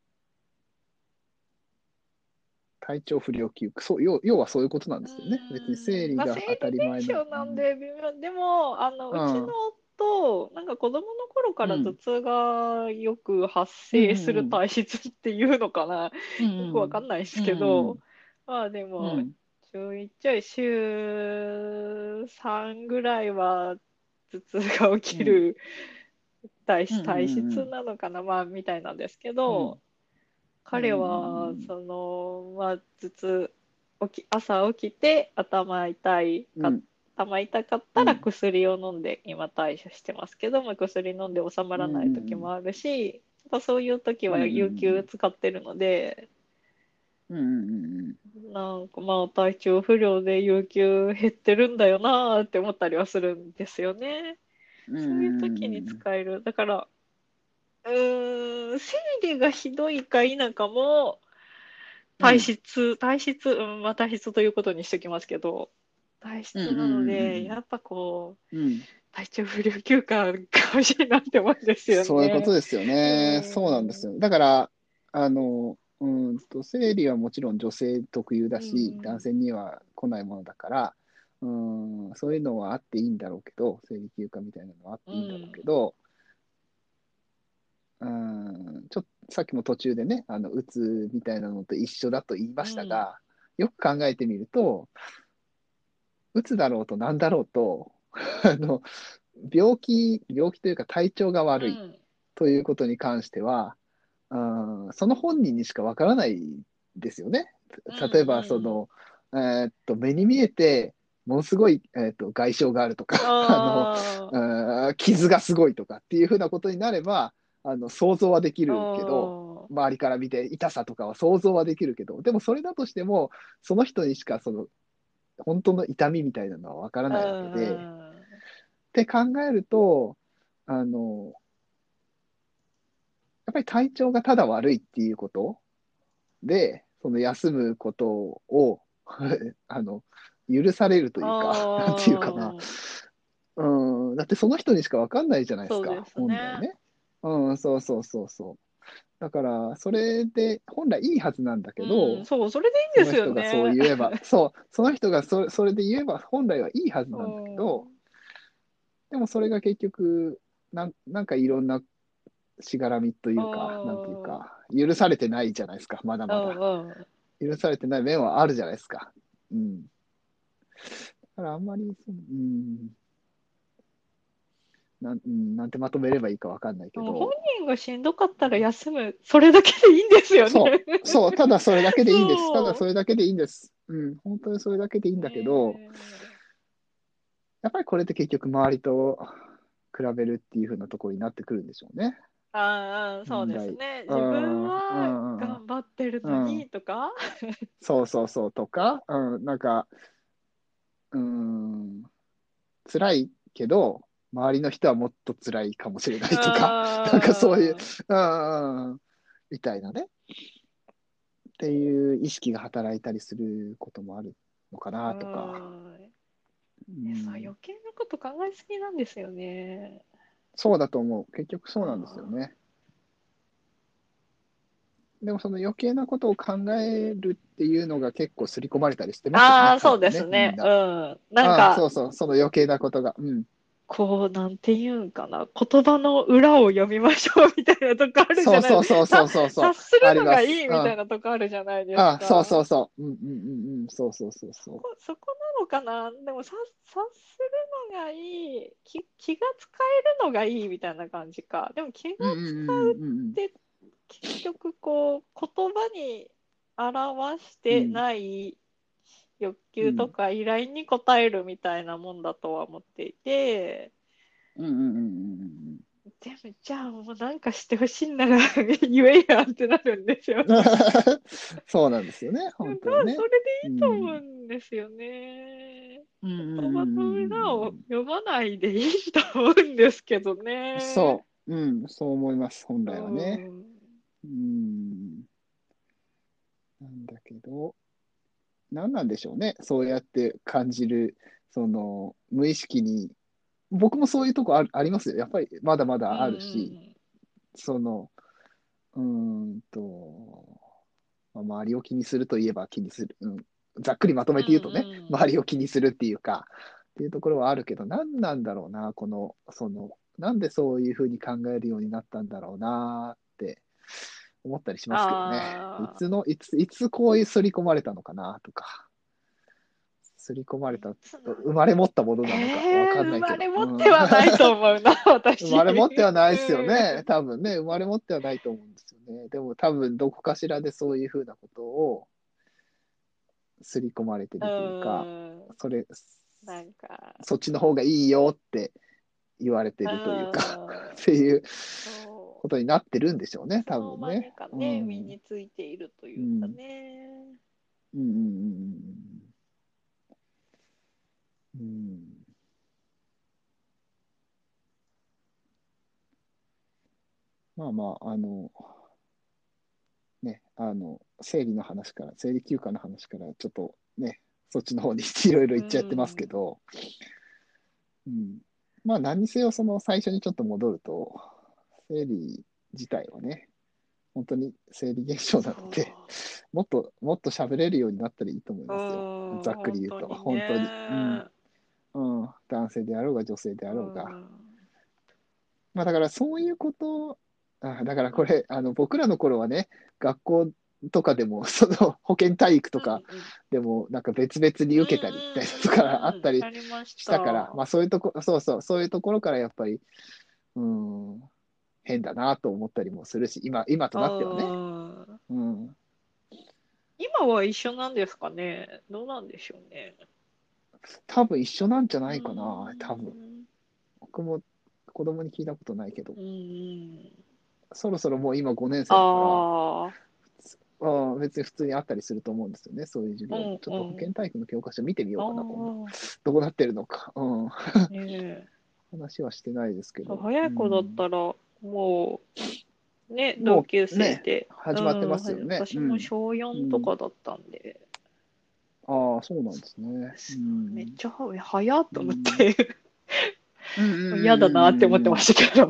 [SPEAKER 1] 体調不良休暇。そう、要、要はそういうことなん
[SPEAKER 2] う
[SPEAKER 1] ですよね。別に生
[SPEAKER 2] ーん、まあ、生
[SPEAKER 1] 理が当たり前の。
[SPEAKER 2] 理現象なんで微妙。でも、あの、うちの
[SPEAKER 1] うん。
[SPEAKER 2] 夫、なんか子供の頃から頭
[SPEAKER 1] うん。
[SPEAKER 2] 痛がよく発
[SPEAKER 1] うん。
[SPEAKER 2] 生する
[SPEAKER 1] うん。
[SPEAKER 2] 体質っていうのかな。
[SPEAKER 1] う
[SPEAKER 2] よくわか
[SPEAKER 1] ん。
[SPEAKER 2] んないです
[SPEAKER 1] うん。
[SPEAKER 2] けど、
[SPEAKER 1] うん。
[SPEAKER 2] まあでも、
[SPEAKER 1] うん。
[SPEAKER 2] 週いちちょい週さんぐらいは頭痛が起
[SPEAKER 1] うん。
[SPEAKER 2] きる体質、
[SPEAKER 1] うん。
[SPEAKER 2] 体
[SPEAKER 1] うん。
[SPEAKER 2] 質なのかな、まあみたいなんですけ
[SPEAKER 1] うん。
[SPEAKER 2] ど、
[SPEAKER 1] うん。
[SPEAKER 2] 彼は、その、まあ、頭痛、起き、朝起きて頭痛いか、
[SPEAKER 1] うん。
[SPEAKER 2] 頭痛かったら
[SPEAKER 1] うん。
[SPEAKER 2] 薬を飲んで今対処してますけども、薬飲んで収ま
[SPEAKER 1] う
[SPEAKER 2] らない時
[SPEAKER 1] ん。
[SPEAKER 2] もあるし、やっぱそういう時は
[SPEAKER 1] うん。うん。
[SPEAKER 2] 有給使ってるので、
[SPEAKER 1] うん。うん。
[SPEAKER 2] なんかまあ体調不良で有給減ってるんだよなーって思ったりはするんですよね。
[SPEAKER 1] うん。
[SPEAKER 2] そういう時に
[SPEAKER 1] うん。
[SPEAKER 2] 使える。だから、うーん、生理がひどいか否かも、体
[SPEAKER 1] うん。
[SPEAKER 2] 質、体質、うん、まあ体質ということにしておきますけど、体
[SPEAKER 1] うん。
[SPEAKER 2] 質なの
[SPEAKER 1] うん。う
[SPEAKER 2] で、
[SPEAKER 1] ん。
[SPEAKER 2] やっぱこう、
[SPEAKER 1] うん。
[SPEAKER 2] 体調不良休暇が欲しいなって思うんですよ
[SPEAKER 1] そういうこと
[SPEAKER 2] ね。
[SPEAKER 1] ですよ
[SPEAKER 2] う
[SPEAKER 1] ね。そうなんです
[SPEAKER 2] ん。
[SPEAKER 1] よ。だから、あの、うんと、生理はもちろん女性特有
[SPEAKER 2] う
[SPEAKER 1] だし、男
[SPEAKER 2] ん。
[SPEAKER 1] 性には来ないものだから、うん、そういうのはあっていいんだろうけど、生理休暇みたいなのはあっ
[SPEAKER 2] う
[SPEAKER 1] ていいんだろうけ
[SPEAKER 2] ん。
[SPEAKER 1] ど、うん、ちょっとさっきも途中でね、あの、うつみたいなのと一緒だと言いました
[SPEAKER 2] うん。
[SPEAKER 1] が、よく考えてみると、うつだろうとなんだろうと、あの、病気、病気というか体調が悪い
[SPEAKER 2] うん。
[SPEAKER 1] ということに関しては、うん、その本人にしかわからないですよね。
[SPEAKER 2] うん。
[SPEAKER 1] 例えば、そ
[SPEAKER 2] うん。
[SPEAKER 1] の、えーっと、目に見えて、ものすごい、えーっと、外傷があるとか、あの、
[SPEAKER 2] ああ。
[SPEAKER 1] うん傷がすごいとかっていうふうなことになれば、あの、想像はでき
[SPEAKER 2] あ
[SPEAKER 1] るけど、
[SPEAKER 2] あ。
[SPEAKER 1] 周りから見て痛さとかは想像はできるけど、でもそれだとしても、その人にしかその本当の痛みみたいなのはわから
[SPEAKER 2] う
[SPEAKER 1] ないわけで、っ
[SPEAKER 2] ん。
[SPEAKER 1] て考えると、あの、やっぱり体調がただ悪いっていうことで、その休むことをあの、許されると
[SPEAKER 2] あ
[SPEAKER 1] いうか、なんていうかな。
[SPEAKER 2] あ。
[SPEAKER 1] うん、だってその人にしかわかんないじゃないです
[SPEAKER 2] そうで
[SPEAKER 1] か、
[SPEAKER 2] すね。
[SPEAKER 1] 本来ね。うん、そうそうそうそう。だから、それで本来いいはずなんだけ
[SPEAKER 2] うん。
[SPEAKER 1] ど、
[SPEAKER 2] そう、それでいいんですよ
[SPEAKER 1] その人がそう
[SPEAKER 2] ね。
[SPEAKER 1] 言えば、そう、その人がそそれで言えば本来はいいはず
[SPEAKER 2] う
[SPEAKER 1] なんだけど、
[SPEAKER 2] ん。
[SPEAKER 1] でもそれが結局、なん、なんかいろんなしがらみとい
[SPEAKER 2] う
[SPEAKER 1] うか、なんていう
[SPEAKER 2] ん。
[SPEAKER 1] か、許されてないじゃないですか、まだ
[SPEAKER 2] う
[SPEAKER 1] まだ。
[SPEAKER 2] んうん。
[SPEAKER 1] 許されてない面はあるじゃないですか。うん。だからあんまりその、うん、なん、うん、なんてまとめればいいかわかんないけ
[SPEAKER 2] 本
[SPEAKER 1] ど、
[SPEAKER 2] 人がしんどかったら休む、それだけでいいんですよね。
[SPEAKER 1] そう、そう、ただそれだけでいいんです。ただそ
[SPEAKER 2] そ
[SPEAKER 1] れだけでいいんです。うん、本当にそれだけでいいん
[SPEAKER 2] う。
[SPEAKER 1] だけど、
[SPEAKER 2] ね
[SPEAKER 1] やっぱりこれって結局周りと比べるっていう風なところになってくるんでしょうね。
[SPEAKER 2] ああ、そう
[SPEAKER 1] 本来。
[SPEAKER 2] ですね。
[SPEAKER 1] う
[SPEAKER 2] 自分
[SPEAKER 1] ん、う
[SPEAKER 2] は
[SPEAKER 1] ん、うん、
[SPEAKER 2] 頑張ってるの
[SPEAKER 1] うん。
[SPEAKER 2] にとか。
[SPEAKER 1] そうそうそうとか、うん、なんか、うん、辛いけど、周りの人はもっと辛いかもしれな
[SPEAKER 2] う
[SPEAKER 1] いとか、なんかそういう、
[SPEAKER 2] ーん。
[SPEAKER 1] うん、うんみたいなね、っていう意識が働いたりすることもあるのか
[SPEAKER 2] う
[SPEAKER 1] なとか、
[SPEAKER 2] ーん。
[SPEAKER 1] う
[SPEAKER 2] え、そう、
[SPEAKER 1] ん、
[SPEAKER 2] 余計なこと考えすぎなんですよね。
[SPEAKER 1] そうだと思う。結局そうなんですよ
[SPEAKER 2] あ
[SPEAKER 1] ね。でもその余計なことを考えるっていうのが結構刷り込まれたりしてますよね、
[SPEAKER 2] あー、そう
[SPEAKER 1] 多分ね、みん
[SPEAKER 2] ですね。う
[SPEAKER 1] な。
[SPEAKER 2] ん。なん
[SPEAKER 1] ああ、
[SPEAKER 2] か、
[SPEAKER 1] そうそう、その余計なことが。うん。
[SPEAKER 2] こう、なんていうんかな。言葉の裏を読みましょうみたいなとこあるじ
[SPEAKER 1] そう
[SPEAKER 2] ゃない。
[SPEAKER 1] そうそう
[SPEAKER 2] さ、
[SPEAKER 1] そうそうそう。
[SPEAKER 2] 察する
[SPEAKER 1] あり
[SPEAKER 2] のがい
[SPEAKER 1] ます。うん。
[SPEAKER 2] いみたいなとこあるじゃないです
[SPEAKER 1] ああ、そう
[SPEAKER 2] か。
[SPEAKER 1] そうそう。うんうんうんうん。そうそうそうそ
[SPEAKER 2] そこ、そこなのかな。でも、さ、察するのがいい、気、気が使えるのがいいみたいな感じか。でも、気が
[SPEAKER 1] う。うんうん
[SPEAKER 2] 使うっ
[SPEAKER 1] うんうんうん
[SPEAKER 2] て、結局、こう、言葉に表して
[SPEAKER 1] うん。
[SPEAKER 2] ない欲求と
[SPEAKER 1] うん
[SPEAKER 2] か依頼に応えるみたいなもんだとは思っていて、
[SPEAKER 1] うんうんうんうん
[SPEAKER 2] でも、じゃあもうなんかしてほしいんなら言えやってなるんですよ
[SPEAKER 1] うん。
[SPEAKER 2] ね。
[SPEAKER 1] そうなんですよね、
[SPEAKER 2] いや、
[SPEAKER 1] 本当にね。
[SPEAKER 2] それでいい
[SPEAKER 1] う
[SPEAKER 2] と思
[SPEAKER 1] ん。
[SPEAKER 2] うんですよね。
[SPEAKER 1] うんうんうん
[SPEAKER 2] 言葉の
[SPEAKER 1] うん
[SPEAKER 2] 裏を
[SPEAKER 1] うん
[SPEAKER 2] 読まないでいいと思うんですけど
[SPEAKER 1] うん。
[SPEAKER 2] ね。
[SPEAKER 1] そう、うん、そう思います、本
[SPEAKER 2] う
[SPEAKER 1] 来はね。
[SPEAKER 2] ん。
[SPEAKER 1] うん。なんだけど、何なんでしょうね、そうやって感じる、その、無意識に、僕もそういうとこあるありますよ。やっぱりまだま
[SPEAKER 2] うんう
[SPEAKER 1] だあるし、
[SPEAKER 2] ん
[SPEAKER 1] その、うーんと、まあ、周りを気にするといえば気にする。うん、ざっくりまと
[SPEAKER 2] うん。
[SPEAKER 1] めて言うとね、
[SPEAKER 2] うん
[SPEAKER 1] 周りを気にするっていうか、っていうところはあるけど、何なんだろうな、この、その、なんでそういうふうに考えるようになったんだろうなって思ったりしますけどね。い
[SPEAKER 2] ああ
[SPEAKER 1] つの、いつ、いつこういう刷り込まれたのかなとか、刷り込まれ
[SPEAKER 2] ー、い
[SPEAKER 1] た、
[SPEAKER 2] つなん
[SPEAKER 1] 生まれ持ったもの
[SPEAKER 2] え
[SPEAKER 1] なのかわ
[SPEAKER 2] えー、
[SPEAKER 1] かんないけど。
[SPEAKER 2] 生まれ持っ
[SPEAKER 1] うん、
[SPEAKER 2] てはないと思うな、
[SPEAKER 1] 生
[SPEAKER 2] 私。
[SPEAKER 1] まれ持ってはないですよね。
[SPEAKER 2] うん
[SPEAKER 1] 多分ね、生まれ持ってはないと思うんですよね。でも多分どこかしらでそういうふうなことを刷り込まれて
[SPEAKER 2] う
[SPEAKER 1] るというか、
[SPEAKER 2] ん。
[SPEAKER 1] それ、
[SPEAKER 2] なんか、
[SPEAKER 1] そっちの方がいいよって言われて
[SPEAKER 2] う
[SPEAKER 1] るというか
[SPEAKER 2] ん。
[SPEAKER 1] っていう
[SPEAKER 2] そう。
[SPEAKER 1] ことになってるんでしょうね、
[SPEAKER 2] いつ
[SPEAKER 1] 多
[SPEAKER 2] の間に
[SPEAKER 1] 分ね。
[SPEAKER 2] かね、身
[SPEAKER 1] うん。うん
[SPEAKER 2] についているというか
[SPEAKER 1] うん
[SPEAKER 2] ね。
[SPEAKER 1] うんうんうん。うん。まあまあ、あの、ね、あの、生理の話から、生理休暇の話から、ちょっとね、そっちの方にいろいろ
[SPEAKER 2] う
[SPEAKER 1] 言っちゃってますけ
[SPEAKER 2] ん。
[SPEAKER 1] ど、うん、まあ何にせよ、その最初にちょっと戻ると、生理自体はね、本当に生理現象なので、
[SPEAKER 2] そ
[SPEAKER 1] もっともっと喋れるようになったらいいと思い
[SPEAKER 2] う。う
[SPEAKER 1] ますよ。
[SPEAKER 2] ん。
[SPEAKER 1] ざっくり
[SPEAKER 2] 本
[SPEAKER 1] 言うと、
[SPEAKER 2] 当に
[SPEAKER 1] 本当に。うん、
[SPEAKER 2] ね。
[SPEAKER 1] うん、男性であろうが女性であ
[SPEAKER 2] う
[SPEAKER 1] ろうが。
[SPEAKER 2] ん。
[SPEAKER 1] まあだからそういうこと、あだからこれ、あの僕らの頃はね、学校とかでも、その保健体育とか
[SPEAKER 2] うんうん。
[SPEAKER 1] でも、なんか別々に
[SPEAKER 2] うんう
[SPEAKER 1] 受けたりみたいなとかあっ
[SPEAKER 2] んうんうん。
[SPEAKER 1] たり
[SPEAKER 2] ありまし
[SPEAKER 1] したから、ま
[SPEAKER 2] た。
[SPEAKER 1] あそういうとこ、そうそう、そういうところからやっぱり、うん、変だなと思ったりもするし、今、今と
[SPEAKER 2] う
[SPEAKER 1] なってはね。
[SPEAKER 2] ん。
[SPEAKER 1] うん。
[SPEAKER 2] 今は一緒なんですかね。どうなんでしょうね。
[SPEAKER 1] 多分一緒なんじゃ
[SPEAKER 2] う
[SPEAKER 1] ないかな。多分。
[SPEAKER 2] ん。
[SPEAKER 1] 僕も子供に聞いたことないけど、
[SPEAKER 2] うん。
[SPEAKER 1] そろそろもう今ごねん生だから、
[SPEAKER 2] ああ。
[SPEAKER 1] あ別に普通にあったりすると思うんですよね、そういう授
[SPEAKER 2] う
[SPEAKER 1] 業も。
[SPEAKER 2] んう
[SPEAKER 1] ちょっと保健
[SPEAKER 2] ん。
[SPEAKER 1] 体育の教科書見てみよ
[SPEAKER 2] あ
[SPEAKER 1] うかな、今度。
[SPEAKER 2] あ。
[SPEAKER 1] どうなってるのか。うん。
[SPEAKER 2] ねえ。
[SPEAKER 1] 話はしてないですけ
[SPEAKER 2] そう、
[SPEAKER 1] ど。う
[SPEAKER 2] 早い子だっ
[SPEAKER 1] ん。
[SPEAKER 2] たら、もう、ね、同
[SPEAKER 1] も
[SPEAKER 2] 級
[SPEAKER 1] うね、
[SPEAKER 2] 生で、う
[SPEAKER 1] 始まってま
[SPEAKER 2] ん、
[SPEAKER 1] すよね。
[SPEAKER 2] 私
[SPEAKER 1] うん。
[SPEAKER 2] も小
[SPEAKER 1] う
[SPEAKER 2] よんと
[SPEAKER 1] ん。
[SPEAKER 2] かだったんで、
[SPEAKER 1] ああ、そうなんですね。う
[SPEAKER 2] めっ
[SPEAKER 1] ん。
[SPEAKER 2] ちゃ早っと思っ
[SPEAKER 1] うん。
[SPEAKER 2] て、
[SPEAKER 1] うんうんうん
[SPEAKER 2] 嫌だなって思って
[SPEAKER 1] うんうんうん。
[SPEAKER 2] ましたけど。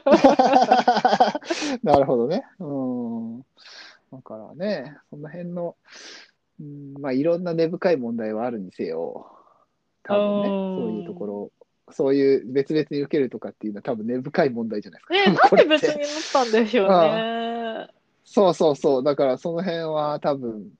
[SPEAKER 1] なるほどね。うん。だからね、その辺の、うん、まあいろんな根深い問題はあるにせよ、
[SPEAKER 2] う
[SPEAKER 1] 多分ね、そういうとこ
[SPEAKER 2] ん。
[SPEAKER 1] ろ、そういう別々に受けるとかっていうのは多分根深い問題じゃないですか、
[SPEAKER 2] ね、
[SPEAKER 1] 多分
[SPEAKER 2] なんで別
[SPEAKER 1] これって。
[SPEAKER 2] になったんでしょう
[SPEAKER 1] ああ、
[SPEAKER 2] ね。
[SPEAKER 1] そうそうそう。だからその辺は多分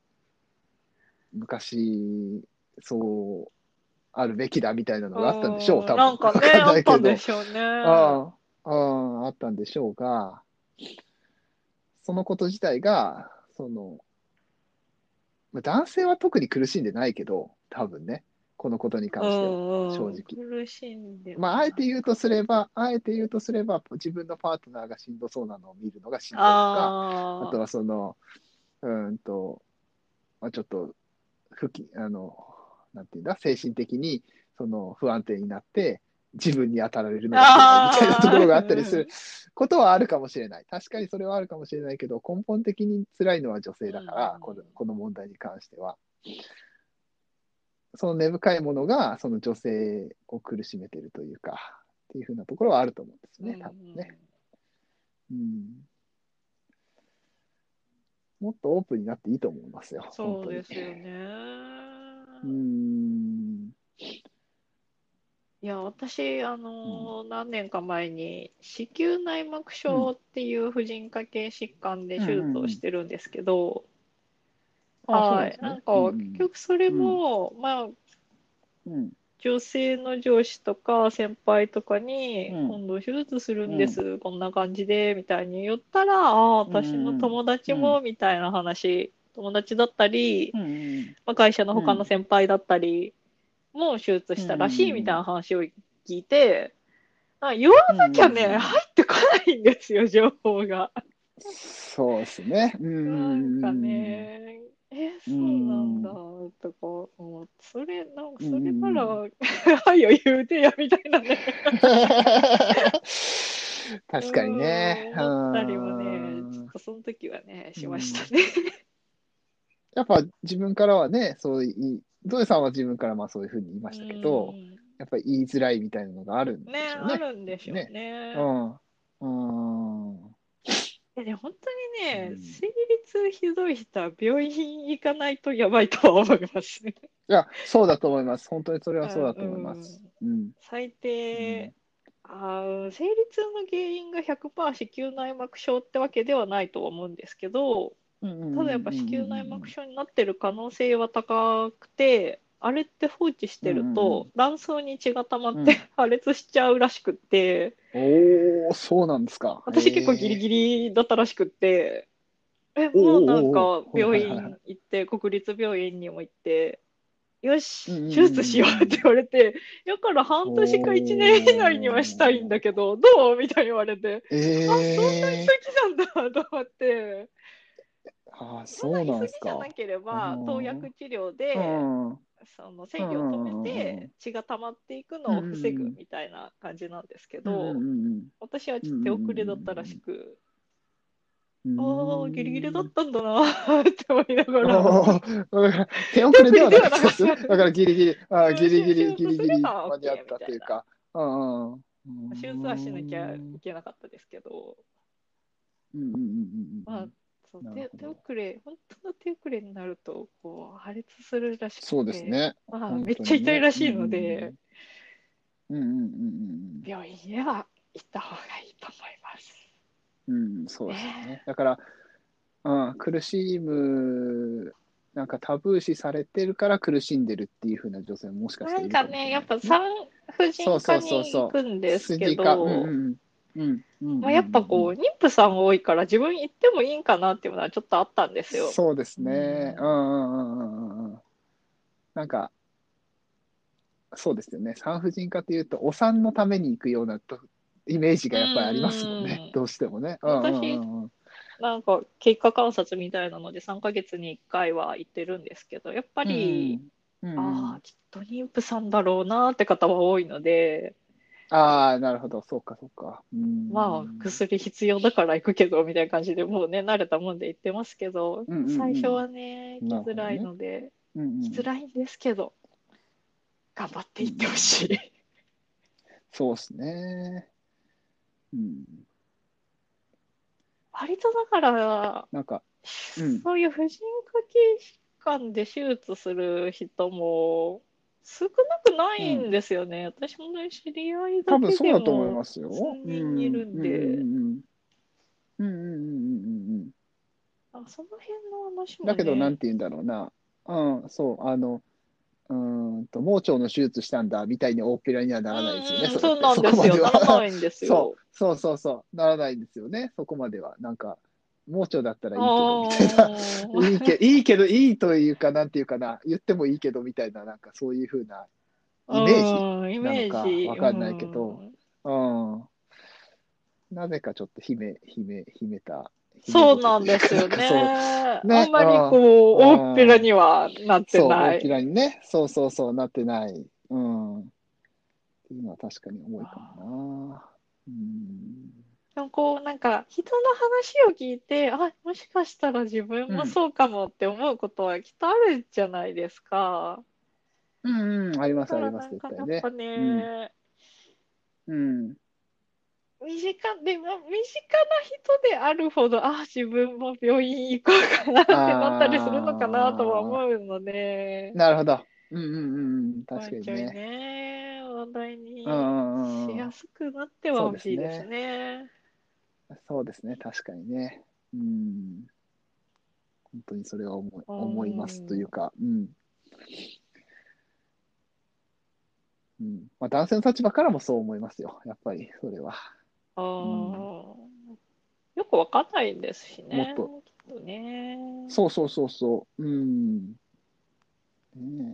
[SPEAKER 1] 昔、そうあるべきだみたいなの
[SPEAKER 2] う
[SPEAKER 1] があったんでしょう、
[SPEAKER 2] ん、
[SPEAKER 1] 多分。
[SPEAKER 2] なんかね、
[SPEAKER 1] わかん
[SPEAKER 2] あった
[SPEAKER 1] ないけど。
[SPEAKER 2] んでしょうね。
[SPEAKER 1] ああ、ああ、あったんでしょうが、そのこと自体が、その、まあ男性は特に苦しんでないけど、多分ね。 このことに
[SPEAKER 2] う
[SPEAKER 1] 関しては、
[SPEAKER 2] んうん、
[SPEAKER 1] 正直。
[SPEAKER 2] 苦しんでる
[SPEAKER 1] まあ、あえ
[SPEAKER 2] な。
[SPEAKER 1] て言うとすれば、あえて言うとすれば、自分のパートナーがしんどそうなのを見るのがしんどいとか、あと
[SPEAKER 2] あ
[SPEAKER 1] はその、うーんと、まあ、ちょっと、不き、あの、なんていうんだ、精神的にその不安定になって、自分に当たられるのが辛いみたいなとこ
[SPEAKER 2] あ、
[SPEAKER 1] ろがあったりする
[SPEAKER 2] うん
[SPEAKER 1] ことはあるかもしれない。確かにそれはあるかもしれないけど、根本的に辛いのは女
[SPEAKER 2] うん
[SPEAKER 1] 性だから、この、
[SPEAKER 2] うん
[SPEAKER 1] この問題に関しては。その根深いものが、その女性を苦しめてるというか、っていうふうなところはあると思うんです
[SPEAKER 2] うんう
[SPEAKER 1] ね、多分ね。
[SPEAKER 2] ん、
[SPEAKER 1] うん。もっとオープンになっていいと思いますよ、本
[SPEAKER 2] そう
[SPEAKER 1] 当に。
[SPEAKER 2] ですよね。
[SPEAKER 1] うん。
[SPEAKER 2] いや、私、あ
[SPEAKER 1] うん。
[SPEAKER 2] の、何年か前に子宮内膜
[SPEAKER 1] うん。
[SPEAKER 2] 症っていう婦人科系疾患で
[SPEAKER 1] うん。
[SPEAKER 2] 手術を
[SPEAKER 1] うん。
[SPEAKER 2] してるんですけど、
[SPEAKER 1] ああ、そうな
[SPEAKER 2] はい、
[SPEAKER 1] んですね。
[SPEAKER 2] なんか
[SPEAKER 1] うん。
[SPEAKER 2] 結局それ
[SPEAKER 1] うん。
[SPEAKER 2] も、まあ、
[SPEAKER 1] うん。
[SPEAKER 2] 女性の上司とか先輩とかに、
[SPEAKER 1] うん。
[SPEAKER 2] 今度手術するん
[SPEAKER 1] うん。
[SPEAKER 2] です、こんな感じで、みたいに言ったら、ああ、
[SPEAKER 1] うん。
[SPEAKER 2] 私の
[SPEAKER 1] うん。
[SPEAKER 2] 友達
[SPEAKER 1] うん。
[SPEAKER 2] も、みたいな話、友達だったり、
[SPEAKER 1] うん。
[SPEAKER 2] まあ、会社の他の
[SPEAKER 1] うん。
[SPEAKER 2] 先輩だったりも手術
[SPEAKER 1] う
[SPEAKER 2] したらしいみたい
[SPEAKER 1] ん。
[SPEAKER 2] な話を聞いて、あ、言わ
[SPEAKER 1] う
[SPEAKER 2] なきゃね、
[SPEAKER 1] ん。
[SPEAKER 2] 入ってこないんですよ、情報が。
[SPEAKER 1] そうですね。う
[SPEAKER 2] なんか
[SPEAKER 1] ん。
[SPEAKER 2] ね、え、
[SPEAKER 1] う
[SPEAKER 2] そうなんだ、
[SPEAKER 1] ん。
[SPEAKER 2] とか思って、それ、なんか
[SPEAKER 1] う
[SPEAKER 2] それなら、
[SPEAKER 1] ん。
[SPEAKER 2] はいよ、言うてや、みたいなね。う
[SPEAKER 1] 確かにね。
[SPEAKER 2] ーん、
[SPEAKER 1] う
[SPEAKER 2] 思ったりもね、ちょっ
[SPEAKER 1] ん。
[SPEAKER 2] とその時はね、
[SPEAKER 1] う
[SPEAKER 2] しました
[SPEAKER 1] ん。
[SPEAKER 2] ね。
[SPEAKER 1] やっぱ自分からはね、そういい、ゾエさんは自分からまあそういうふうに言い
[SPEAKER 2] う
[SPEAKER 1] ましたけど、
[SPEAKER 2] ーん。
[SPEAKER 1] やっぱり言いづらいみたいなのがあるん
[SPEAKER 2] ね、あ
[SPEAKER 1] でしょうね。
[SPEAKER 2] るんでしょう
[SPEAKER 1] きっとね。う
[SPEAKER 2] ね。
[SPEAKER 1] ん。うん。
[SPEAKER 2] いや、でも本当にね、
[SPEAKER 1] うん。
[SPEAKER 2] 生理痛ひどい人は病院行かないとやばいとは思いますね。
[SPEAKER 1] いや、そうだと思います。本当にそれはそう
[SPEAKER 2] あ、
[SPEAKER 1] だと思いま
[SPEAKER 2] うん。
[SPEAKER 1] す。うん。
[SPEAKER 2] 最
[SPEAKER 1] うん。
[SPEAKER 2] 低、あー、生理痛の原因がひゃくパーセント子宮内膜症ってわけではないと思うんですけど、
[SPEAKER 1] うんうん
[SPEAKER 2] ただやっぱ子
[SPEAKER 1] うん
[SPEAKER 2] 宮内膜
[SPEAKER 1] うん
[SPEAKER 2] 症になってる可能性は高くて、あれって放置してる
[SPEAKER 1] うんうんうん
[SPEAKER 2] と卵巣に血が溜まっ
[SPEAKER 1] うん。う
[SPEAKER 2] て
[SPEAKER 1] ん。
[SPEAKER 2] 破裂しちゃうらしくって、
[SPEAKER 1] おー、そうなんですか。へ
[SPEAKER 2] 私結構ギリ
[SPEAKER 1] え。
[SPEAKER 2] ギリだったらしくって、え、
[SPEAKER 1] おー
[SPEAKER 2] もうなん
[SPEAKER 1] おー
[SPEAKER 2] か
[SPEAKER 1] おー、はい
[SPEAKER 2] 病
[SPEAKER 1] はいはい。
[SPEAKER 2] 院行って、国立病院にも行って、よし、
[SPEAKER 1] うんうん
[SPEAKER 2] 手術しようって言われて、だから
[SPEAKER 1] うん
[SPEAKER 2] 半年か一年以内にはしたいんだ
[SPEAKER 1] おー。
[SPEAKER 2] けど、どうみたいに言われて、
[SPEAKER 1] え
[SPEAKER 2] あ、そん
[SPEAKER 1] え
[SPEAKER 2] な急ぎなんだと思って、
[SPEAKER 1] ー。ああ、
[SPEAKER 2] そんな
[SPEAKER 1] そうなんですか。
[SPEAKER 2] 急ぎじゃなけれ
[SPEAKER 1] う
[SPEAKER 2] ば、投
[SPEAKER 1] ん。うん
[SPEAKER 2] 薬治療で、
[SPEAKER 1] うんうん
[SPEAKER 2] その
[SPEAKER 1] う
[SPEAKER 2] 生理を止め
[SPEAKER 1] んうん
[SPEAKER 2] て血が溜まっていく
[SPEAKER 1] うん
[SPEAKER 2] のを防ぐ
[SPEAKER 1] うん
[SPEAKER 2] みたいな感じなんですけ
[SPEAKER 1] うんうん
[SPEAKER 2] ど、
[SPEAKER 1] うん
[SPEAKER 2] 私はちょっと手
[SPEAKER 1] うんうんうん
[SPEAKER 2] 遅れだったらしく、
[SPEAKER 1] うんうん
[SPEAKER 2] ああ、ギリギリだ
[SPEAKER 1] うん。
[SPEAKER 2] ったんだなって思いながら、
[SPEAKER 1] ああ、手
[SPEAKER 2] 手遅
[SPEAKER 1] 遅れではな
[SPEAKER 2] れではなかっ
[SPEAKER 1] かったです。だか
[SPEAKER 2] た。
[SPEAKER 1] らギリギリ、ああ、ギリギリ、ギ
[SPEAKER 2] 手術すれ
[SPEAKER 1] リギリ
[SPEAKER 2] ば
[SPEAKER 1] 間に合っ
[SPEAKER 2] OK み
[SPEAKER 1] た
[SPEAKER 2] たいな。
[SPEAKER 1] というか。うんうん。う
[SPEAKER 2] 手術はしなきゃい
[SPEAKER 1] ん。
[SPEAKER 2] けなかったですけど、
[SPEAKER 1] うんうんうんうんう
[SPEAKER 2] まあ、
[SPEAKER 1] ん。
[SPEAKER 2] そう手、手
[SPEAKER 1] なるほど。
[SPEAKER 2] 遅れ、本当の手遅れになると、こう、破裂するらしく
[SPEAKER 1] そうです
[SPEAKER 2] て、
[SPEAKER 1] ね。
[SPEAKER 2] まあ、
[SPEAKER 1] 本
[SPEAKER 2] めっちゃ
[SPEAKER 1] 当にね。うんう
[SPEAKER 2] 痛いらしいので、
[SPEAKER 1] んうんうん。うんうんうん
[SPEAKER 2] 病院へは行った方がいいと思います。
[SPEAKER 1] うんうん。うん、そうですよね。
[SPEAKER 2] ね
[SPEAKER 1] だから、うん、苦しむ、なんかタブー視されてるから苦しんでるっていう風な女性ももしか
[SPEAKER 2] な
[SPEAKER 1] したらいるかもし
[SPEAKER 2] んかね、やっ
[SPEAKER 1] れないですね。
[SPEAKER 2] ぱ産婦人科
[SPEAKER 1] そうそうそう
[SPEAKER 2] に行
[SPEAKER 1] そう。
[SPEAKER 2] くんですけ
[SPEAKER 1] 筋か、うんう
[SPEAKER 2] ど、
[SPEAKER 1] んうん。うんうんうん
[SPEAKER 2] まあ、やっぱこう、
[SPEAKER 1] うんうん。
[SPEAKER 2] 妊婦さん多いから自分行ってもいいんかなっていうのはちょっとあったんですよ。
[SPEAKER 1] そうです
[SPEAKER 2] う
[SPEAKER 1] ね。うんう
[SPEAKER 2] ん。
[SPEAKER 1] んうんうんうんうん。なんか、そうですよね。産婦人科っていうと、お産のために行くようなとイメージ
[SPEAKER 2] う
[SPEAKER 1] がやっぱりありますもんね。
[SPEAKER 2] ん。
[SPEAKER 1] どうしてもね。うんう
[SPEAKER 2] 私、
[SPEAKER 1] んうんうん。
[SPEAKER 2] なんか経過観察みたいなのでさんかげつにいっかいは行ってるんですけど、やっぱ
[SPEAKER 1] うんう
[SPEAKER 2] り、
[SPEAKER 1] ん。うんう
[SPEAKER 2] ああ、
[SPEAKER 1] ん。
[SPEAKER 2] きっと妊婦さんだろうなって方は多いので、
[SPEAKER 1] ああ、なるほど。そうか、そうか。う
[SPEAKER 2] まあ、
[SPEAKER 1] ん。
[SPEAKER 2] 薬必要だから行くけど、みたいな感じでもうね、慣れたもんで行ってますけど、
[SPEAKER 1] うんうんう
[SPEAKER 2] 最初はね、
[SPEAKER 1] ん。
[SPEAKER 2] 行きづらい
[SPEAKER 1] なるほどね。
[SPEAKER 2] ので、
[SPEAKER 1] うんうん。
[SPEAKER 2] 行きづらいんですけど、頑張って
[SPEAKER 1] うんうんう
[SPEAKER 2] 行ってほし
[SPEAKER 1] ん。
[SPEAKER 2] い。
[SPEAKER 1] そうですね。うん。
[SPEAKER 2] 割とだから、
[SPEAKER 1] なんか、うん。
[SPEAKER 2] そういう婦人科系疾患で手術する人も少なくない
[SPEAKER 1] うん。
[SPEAKER 2] んですよね。私もね、知り合いだ
[SPEAKER 1] 多分
[SPEAKER 2] け
[SPEAKER 1] そうだと思い
[SPEAKER 2] でも
[SPEAKER 1] ます
[SPEAKER 2] 数
[SPEAKER 1] よ。うん。
[SPEAKER 2] 人いる
[SPEAKER 1] うんうん
[SPEAKER 2] んで、
[SPEAKER 1] うんうん。うんうんうんうんうんうん。
[SPEAKER 2] あ、その辺の話も
[SPEAKER 1] だけど、なん
[SPEAKER 2] ね、
[SPEAKER 1] て言うんだろうな。うん、そう、あの、うーんと、盲腸の手術したんだ、みたいに大っぴらにはな
[SPEAKER 2] う
[SPEAKER 1] らないですよね、
[SPEAKER 2] んうん、
[SPEAKER 1] それって。
[SPEAKER 2] そうなんですよ。
[SPEAKER 1] そこまで
[SPEAKER 2] なら
[SPEAKER 1] は。
[SPEAKER 2] ないんです
[SPEAKER 1] そ
[SPEAKER 2] よ。
[SPEAKER 1] う、そうそうそう、ならないんですよね、そこまでは。なんか、 盲腸だったらいいけどみたいな、いいけいいけどいいというかなんていうかな、言ってもいいけどみたいな、なんかそういう風なイメージ
[SPEAKER 2] うん、イ
[SPEAKER 1] なの
[SPEAKER 2] メージ、う
[SPEAKER 1] かわかんないけど、
[SPEAKER 2] ん。
[SPEAKER 1] うん、なぜかちょっと秘め秘め秘めた秘め
[SPEAKER 2] そう
[SPEAKER 1] 事というか、な
[SPEAKER 2] なんですよ
[SPEAKER 1] んかそ
[SPEAKER 2] ね。
[SPEAKER 1] うね、
[SPEAKER 2] あんまり
[SPEAKER 1] うん、
[SPEAKER 2] こう、大っぴら
[SPEAKER 1] うん、
[SPEAKER 2] にはなって
[SPEAKER 1] そう大っ
[SPEAKER 2] ない。
[SPEAKER 1] ぴらにね、そうそうそうなってない、うん、っていうのは確かに重いかもな。うん、
[SPEAKER 2] でもこう、なんか、人の話を聞いて、あ、もしかしたら自分
[SPEAKER 1] うん、
[SPEAKER 2] もそうかもって思うことはきっとあるじゃないですか。
[SPEAKER 1] うん、うん、ありますあります、
[SPEAKER 2] だからなん
[SPEAKER 1] 絶対ね。
[SPEAKER 2] かやっぱ
[SPEAKER 1] うん、
[SPEAKER 2] ね、
[SPEAKER 1] うん、
[SPEAKER 2] 身近でも、身近な人であるほど、あ、自分も病院行こうかなってなったりするのかなとは
[SPEAKER 1] あ
[SPEAKER 2] 思うので、
[SPEAKER 1] ー、なるほど。うんうんうんうん、
[SPEAKER 2] も
[SPEAKER 1] 確か
[SPEAKER 2] うちょい
[SPEAKER 1] にね。
[SPEAKER 2] ね、話題
[SPEAKER 1] う
[SPEAKER 2] にし
[SPEAKER 1] んうんうん、
[SPEAKER 2] やすくなっては
[SPEAKER 1] そうで
[SPEAKER 2] ほしいです
[SPEAKER 1] すね。
[SPEAKER 2] ね。
[SPEAKER 1] そうですね、確かにね。うん、本当にそれは思い、
[SPEAKER 2] う
[SPEAKER 1] 思いますという
[SPEAKER 2] ん。
[SPEAKER 1] か、うん。うん、まあ、男性の立場からもそう思いますよ、やっぱり、それは。
[SPEAKER 2] あ
[SPEAKER 1] うん、
[SPEAKER 2] ーよくわかんないですしね、
[SPEAKER 1] もっと、
[SPEAKER 2] きっとね。
[SPEAKER 1] そうそうそうそう、うん。ね、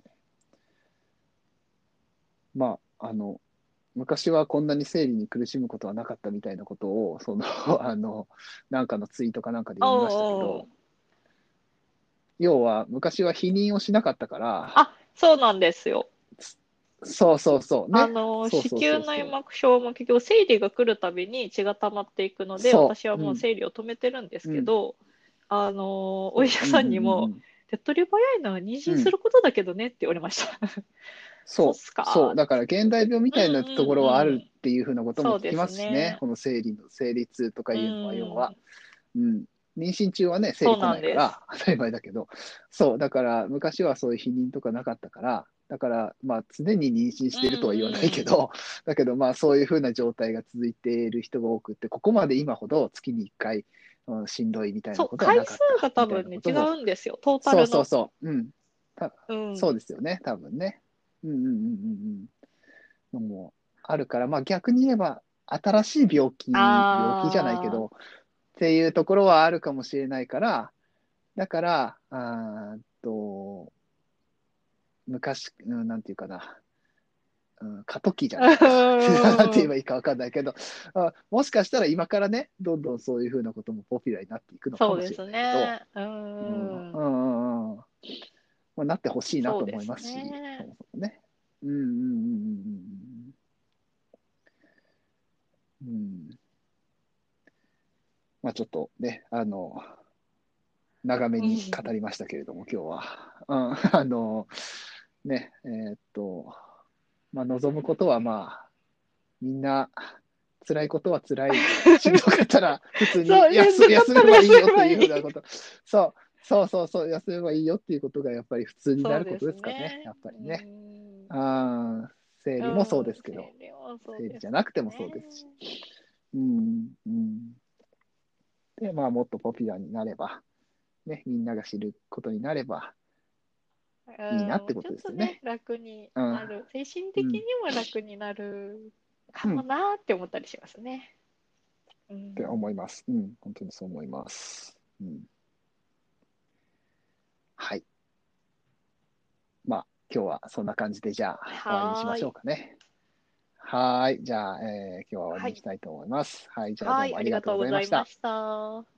[SPEAKER 1] まあ、あの、昔はこんなに生理に苦しむことはなかったみたいなことを、その、あの、なんかのツイートかなんかで
[SPEAKER 2] お
[SPEAKER 1] 読みましたけど、
[SPEAKER 2] うおう
[SPEAKER 1] 要は昔は避妊をしなかったから、
[SPEAKER 2] あ、そうなんですよ。
[SPEAKER 1] そうそうそうね。
[SPEAKER 2] あの、
[SPEAKER 1] そうそうそ
[SPEAKER 2] 子宮
[SPEAKER 1] うそう。
[SPEAKER 2] 内膜症も結局生理が来るたびに血が溜まっていくので、
[SPEAKER 1] そ
[SPEAKER 2] 私は
[SPEAKER 1] う。うん。
[SPEAKER 2] もう生理を止めてるんです
[SPEAKER 1] うん。
[SPEAKER 2] けど、あの、お医
[SPEAKER 1] そう。
[SPEAKER 2] 者
[SPEAKER 1] うんうんう
[SPEAKER 2] さんにも、
[SPEAKER 1] ん
[SPEAKER 2] 手っ取り早いのは妊
[SPEAKER 1] うん。うん。
[SPEAKER 2] 娠することだけどねって言われました。そうっ
[SPEAKER 1] そう。
[SPEAKER 2] すか
[SPEAKER 1] そう。だから現代病み
[SPEAKER 2] うんう
[SPEAKER 1] たいなところはある
[SPEAKER 2] んうん。
[SPEAKER 1] っていうふうなことも聞きま
[SPEAKER 2] そうです
[SPEAKER 1] すしね。
[SPEAKER 2] ね。
[SPEAKER 1] この生理の、生理痛とか
[SPEAKER 2] う
[SPEAKER 1] いうのは要は。
[SPEAKER 2] ん。
[SPEAKER 1] うん。妊娠中はね、生
[SPEAKER 2] そう
[SPEAKER 1] 理来
[SPEAKER 2] なんです。
[SPEAKER 1] ないから当たり前だけど。そう。だから昔はそういう避妊とかなかったから、だからまあ常に妊娠
[SPEAKER 2] う
[SPEAKER 1] してるとは言わないけ
[SPEAKER 2] んうん。
[SPEAKER 1] ど、だけどまあそういうふうな状態が続いている人が多くって、ここまで今ほど月にいっかい、うん、しんどいみたいな
[SPEAKER 2] そう、
[SPEAKER 1] ことは
[SPEAKER 2] 回数
[SPEAKER 1] なかった
[SPEAKER 2] が多
[SPEAKER 1] みたいな
[SPEAKER 2] 分ね、違
[SPEAKER 1] ことも、
[SPEAKER 2] うんですよ。トータ
[SPEAKER 1] そう
[SPEAKER 2] ルの。
[SPEAKER 1] そうそう、うん。た
[SPEAKER 2] う
[SPEAKER 1] そう
[SPEAKER 2] ん。
[SPEAKER 1] ですよね、多分ね。うんうんうんうんうん。のもあるから、まあ逆に言えば、新しい病気、病気じゃないけ
[SPEAKER 2] あ
[SPEAKER 1] ど、っていうところはあるかもしれないから、だから、あーっと、昔、うん、なんていうかな、うん、過渡期じゃないけど、なんて言え
[SPEAKER 2] あ。
[SPEAKER 1] ばいいかわかんないけど、あ、もしかしたら今からね、どんどんそういうふうなこともポピュラーになっていくのかもしれ
[SPEAKER 2] そうです
[SPEAKER 1] ないけど、
[SPEAKER 2] ね。う
[SPEAKER 1] うんう
[SPEAKER 2] ん。
[SPEAKER 1] んうんうん、まあ、なってほしいなと思い
[SPEAKER 2] そうです
[SPEAKER 1] ますし、そ
[SPEAKER 2] ね。
[SPEAKER 1] もそもね。うんうんうんうんうん。うん、まあちょっとね、あの、長め
[SPEAKER 2] う
[SPEAKER 1] に語
[SPEAKER 2] ん。
[SPEAKER 1] りましたけれども、今日は。うん、あの、ね、えーっと、まあ望むことはまあ、みんな、辛いことは辛い。しんどかったら、普通に
[SPEAKER 2] そう、しん
[SPEAKER 1] 休
[SPEAKER 2] どかったら
[SPEAKER 1] 休めばいいよという
[SPEAKER 2] 休めばいい。
[SPEAKER 1] ふうなこと。そう、そうそうそう、休めばいいよっていうことがやっぱり普通になること
[SPEAKER 2] そうです
[SPEAKER 1] ですかね、
[SPEAKER 2] ね。
[SPEAKER 1] やっぱり
[SPEAKER 2] う
[SPEAKER 1] ね。
[SPEAKER 2] ん。
[SPEAKER 1] あー、生理もそう
[SPEAKER 2] うん。
[SPEAKER 1] ですけど、
[SPEAKER 2] 生理はそう
[SPEAKER 1] 生理
[SPEAKER 2] です
[SPEAKER 1] じゃなくてもそう
[SPEAKER 2] ね。
[SPEAKER 1] ですし。うん、うん。で、まあ、もっとポピュラーになれば、ね、みんなが知ることになればいいなって
[SPEAKER 2] うん。
[SPEAKER 1] こ
[SPEAKER 2] ちょっとね、
[SPEAKER 1] とですよね。
[SPEAKER 2] 楽に
[SPEAKER 1] うん、
[SPEAKER 2] なる。精神
[SPEAKER 1] うん、
[SPEAKER 2] 的にも楽になるかも
[SPEAKER 1] うん、っ
[SPEAKER 2] なーって思ったりしますね。う
[SPEAKER 1] て思い
[SPEAKER 2] ん。
[SPEAKER 1] ます。うん、本当にそう思います。うん、はい。まあ、今日はそんな感じで、じゃあ、終わりにしましょう
[SPEAKER 2] はーい。
[SPEAKER 1] かね。はい。じゃあ、えー今日は終わり
[SPEAKER 2] はい。
[SPEAKER 1] にしたいと思います。はい。じゃあ、ど
[SPEAKER 2] はい。
[SPEAKER 1] うもあ
[SPEAKER 2] ありがとう
[SPEAKER 1] りがとうございました。
[SPEAKER 2] ございました。